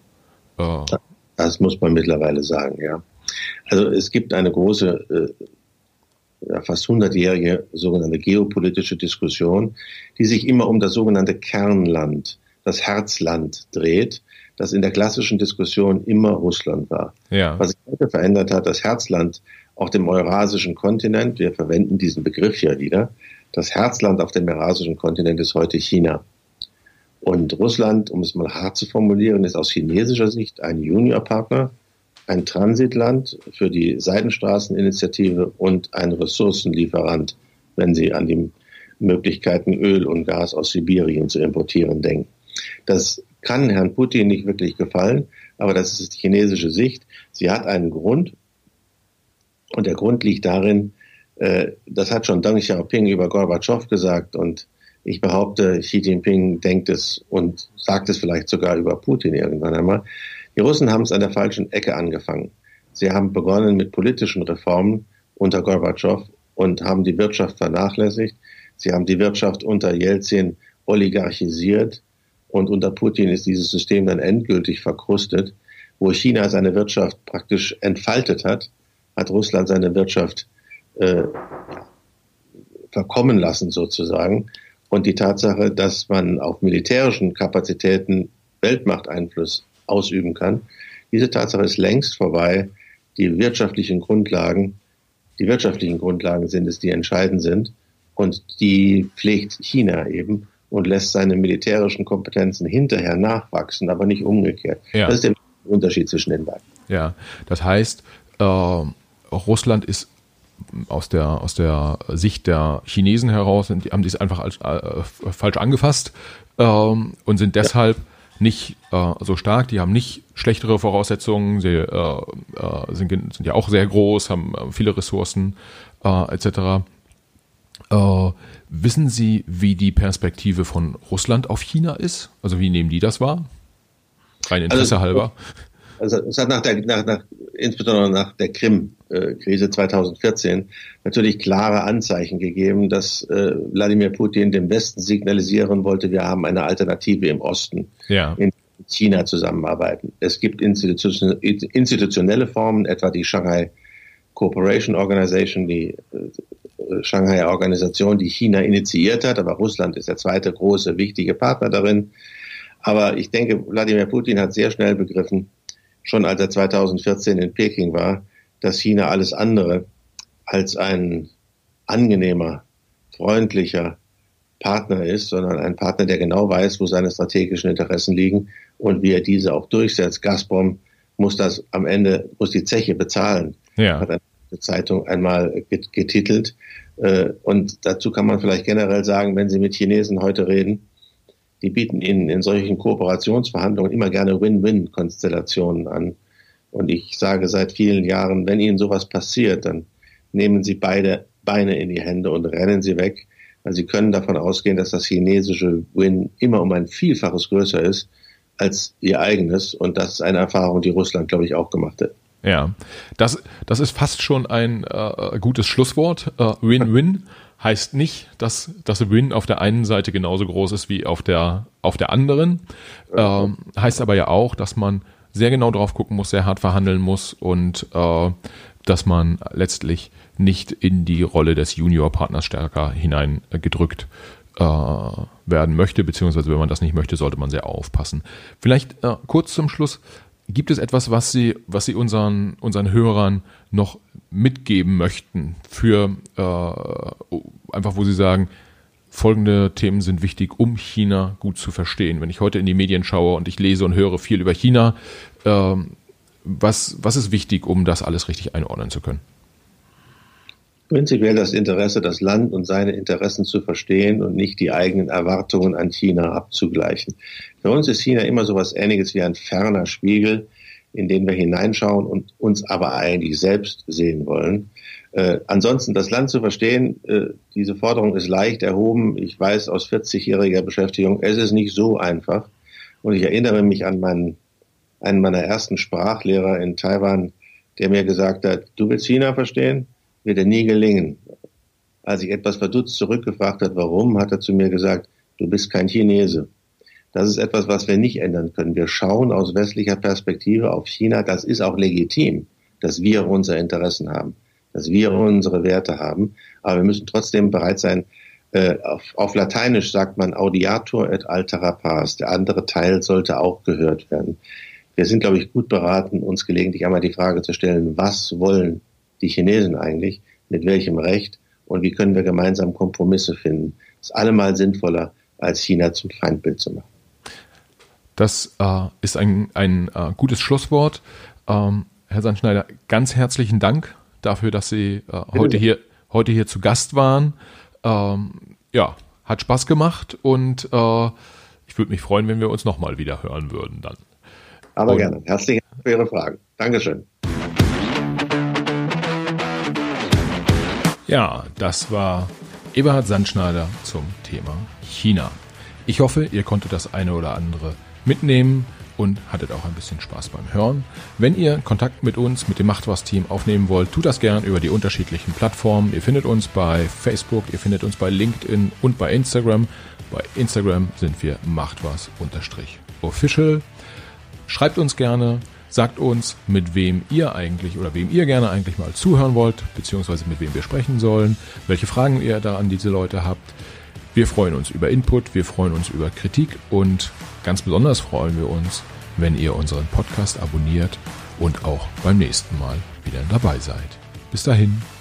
Das muss man mittlerweile sagen, ja. Also es gibt eine große fast 100-jährige sogenannte geopolitische Diskussion, die sich immer um das sogenannte Kernland, das Herzland dreht, das in der klassischen Diskussion immer Russland war. Ja. Was sich heute verändert hat, das Herzland auf dem eurasischen Kontinent, wir verwenden diesen Begriff ja wieder, das Herzland auf dem eurasischen Kontinent ist heute China. Und Russland, um es mal hart zu formulieren, ist aus chinesischer Sicht ein Juniorpartner, ein Transitland für die Seidenstraßeninitiative und ein Ressourcenlieferant, wenn Sie an die Möglichkeiten, Öl und Gas aus Sibirien zu importieren, denken. Das kann Herrn Putin nicht wirklich gefallen, aber das ist die chinesische Sicht. Sie hat einen Grund und der Grund liegt darin, das hat schon Deng Xiaoping über Gorbatschow gesagt und ich behaupte, Xi Jinping denkt es und sagt es vielleicht sogar über Putin irgendwann einmal. Die Russen haben es an der falschen Ecke angefangen. Sie haben begonnen mit politischen Reformen unter Gorbatschow und haben die Wirtschaft vernachlässigt. Sie haben die Wirtschaft unter Jelzin oligarchisiert und unter Putin ist dieses System dann endgültig verkrustet. Wo China seine Wirtschaft praktisch entfaltet hat, hat Russland seine Wirtschaft verkommen lassen sozusagen. Und die Tatsache, dass man auf militärischen Kapazitäten Weltmachteinfluss ausüben kann, diese Tatsache ist längst vorbei. Die wirtschaftlichen Grundlagen sind es, die entscheidend sind. Und die pflegt China eben und lässt seine militärischen Kompetenzen hinterher nachwachsen, aber nicht umgekehrt. Ja. Das ist der Unterschied zwischen den beiden. Ja, das heißt, Russland ist aus der Sicht der Chinesen heraus, haben die es einfach falsch angefasst und sind deshalb nicht so stark, die haben nicht schlechtere Voraussetzungen, sie sind ja auch sehr groß, haben viele Ressourcen etc. Wissen Sie, wie die Perspektive von Russland auf China ist? Also wie nehmen die das wahr? Rein Interesse halber. Also es hat insbesondere nach der Krim-Krise 2014 natürlich klare Anzeichen gegeben, dass Wladimir Putin dem Westen signalisieren wollte, wir haben eine Alternative im Osten, in China zusammenarbeiten. Es gibt institutionelle Formen, etwa die Shanghai Cooperation Organization, die Shanghai Organisation, die China initiiert hat, aber Russland ist der zweite große, wichtige Partner darin. Aber ich denke, Wladimir Putin hat sehr schnell begriffen, schon als er 2014 in Peking war, dass China alles andere als ein angenehmer, freundlicher Partner ist, sondern ein Partner, der genau weiß, wo seine strategischen Interessen liegen und wie er diese auch durchsetzt. Gazprom muss die Zeche bezahlen, hat eine Zeitung einmal getitelt. Und dazu kann man vielleicht generell sagen, wenn Sie mit Chinesen heute reden, die bieten Ihnen in solchen Kooperationsverhandlungen immer gerne Win-Win-Konstellationen an. Und ich sage seit vielen Jahren, wenn Ihnen sowas passiert, dann nehmen Sie beide Beine in die Hände und rennen Sie weg. Weil Sie können davon ausgehen, dass das chinesische Win immer um ein Vielfaches größer ist als Ihr eigenes. Und das ist eine Erfahrung, die Russland, glaube ich, auch gemacht hat. Ja, das ist fast schon ein gutes Schlusswort. Win-Win heißt nicht, dass das Win auf der einen Seite genauso groß ist wie auf der anderen. Heißt aber ja auch, dass man sehr genau drauf gucken muss, sehr hart verhandeln muss und dass man letztlich nicht in die Rolle des Juniorpartners stärker hineingedrückt werden möchte, beziehungsweise wenn man das nicht möchte, sollte man sehr aufpassen. Vielleicht kurz zum Schluss, gibt es etwas, was Sie unseren Hörern noch mitgeben möchten für einfach, wo Sie sagen, folgende Themen sind wichtig, um China gut zu verstehen. Wenn ich heute in die Medien schaue und ich lese und höre viel über China, was ist wichtig, um das alles richtig einordnen zu können? Prinzipiell das Interesse, das Land und seine Interessen zu verstehen und nicht die eigenen Erwartungen an China abzugleichen. Für uns ist China immer so etwas Ähnliches wie ein ferner Spiegel, in den wir hineinschauen und uns aber eigentlich selbst sehen wollen. Ansonsten das Land zu verstehen, diese Forderung ist leicht erhoben. Ich weiß aus 40-jähriger Beschäftigung, es ist nicht so einfach. Und ich erinnere mich an einen meiner ersten Sprachlehrer in Taiwan, der mir gesagt hat, du willst China verstehen? Wird dir nie gelingen. Als ich etwas verdutzt zurückgefragt habe, warum, hat er zu mir gesagt, du bist kein Chinese. Das ist etwas, was wir nicht ändern können. Wir schauen aus westlicher Perspektive auf China. Das ist auch legitim, dass wir unsere Interessen haben, dass wir unsere Werte haben. Aber wir müssen trotzdem bereit sein, auf Lateinisch sagt man audiatur et altera pars. Der andere Teil sollte auch gehört werden. Wir sind, glaube ich, gut beraten, uns gelegentlich einmal die Frage zu stellen, was wollen die Chinesen eigentlich, mit welchem Recht und wie können wir gemeinsam Kompromisse finden. Das ist allemal sinnvoller, als China zum Feindbild zu machen. Das ist ein gutes Schlusswort. Herr Sandschneider, ganz herzlichen Dank dafür, dass Sie heute hier zu Gast waren. Hat Spaß gemacht und ich würde mich freuen, wenn wir uns nochmal wieder hören würden dann. Aber gerne. Herzlichen Dank für Ihre Fragen. Dankeschön. Ja, das war Eberhard Sandschneider zum Thema China. Ich hoffe, ihr konntet das eine oder andere mitnehmen und hattet auch ein bisschen Spaß beim Hören. Wenn ihr Kontakt mit uns, mit dem Macht was Team aufnehmen wollt, tut das gern über die unterschiedlichen Plattformen. Ihr findet uns bei Facebook, ihr findet uns bei LinkedIn und bei Instagram. Bei Instagram sind wir machtwas_official. Schreibt uns gerne. Sagt uns, mit wem ihr eigentlich oder wem ihr gerne eigentlich mal zuhören wollt, beziehungsweise mit wem wir sprechen sollen, welche Fragen ihr da an diese Leute habt. Wir freuen uns über Input, wir freuen uns über Kritik und ganz besonders freuen wir uns, wenn ihr unseren Podcast abonniert und auch beim nächsten Mal wieder dabei seid. Bis dahin.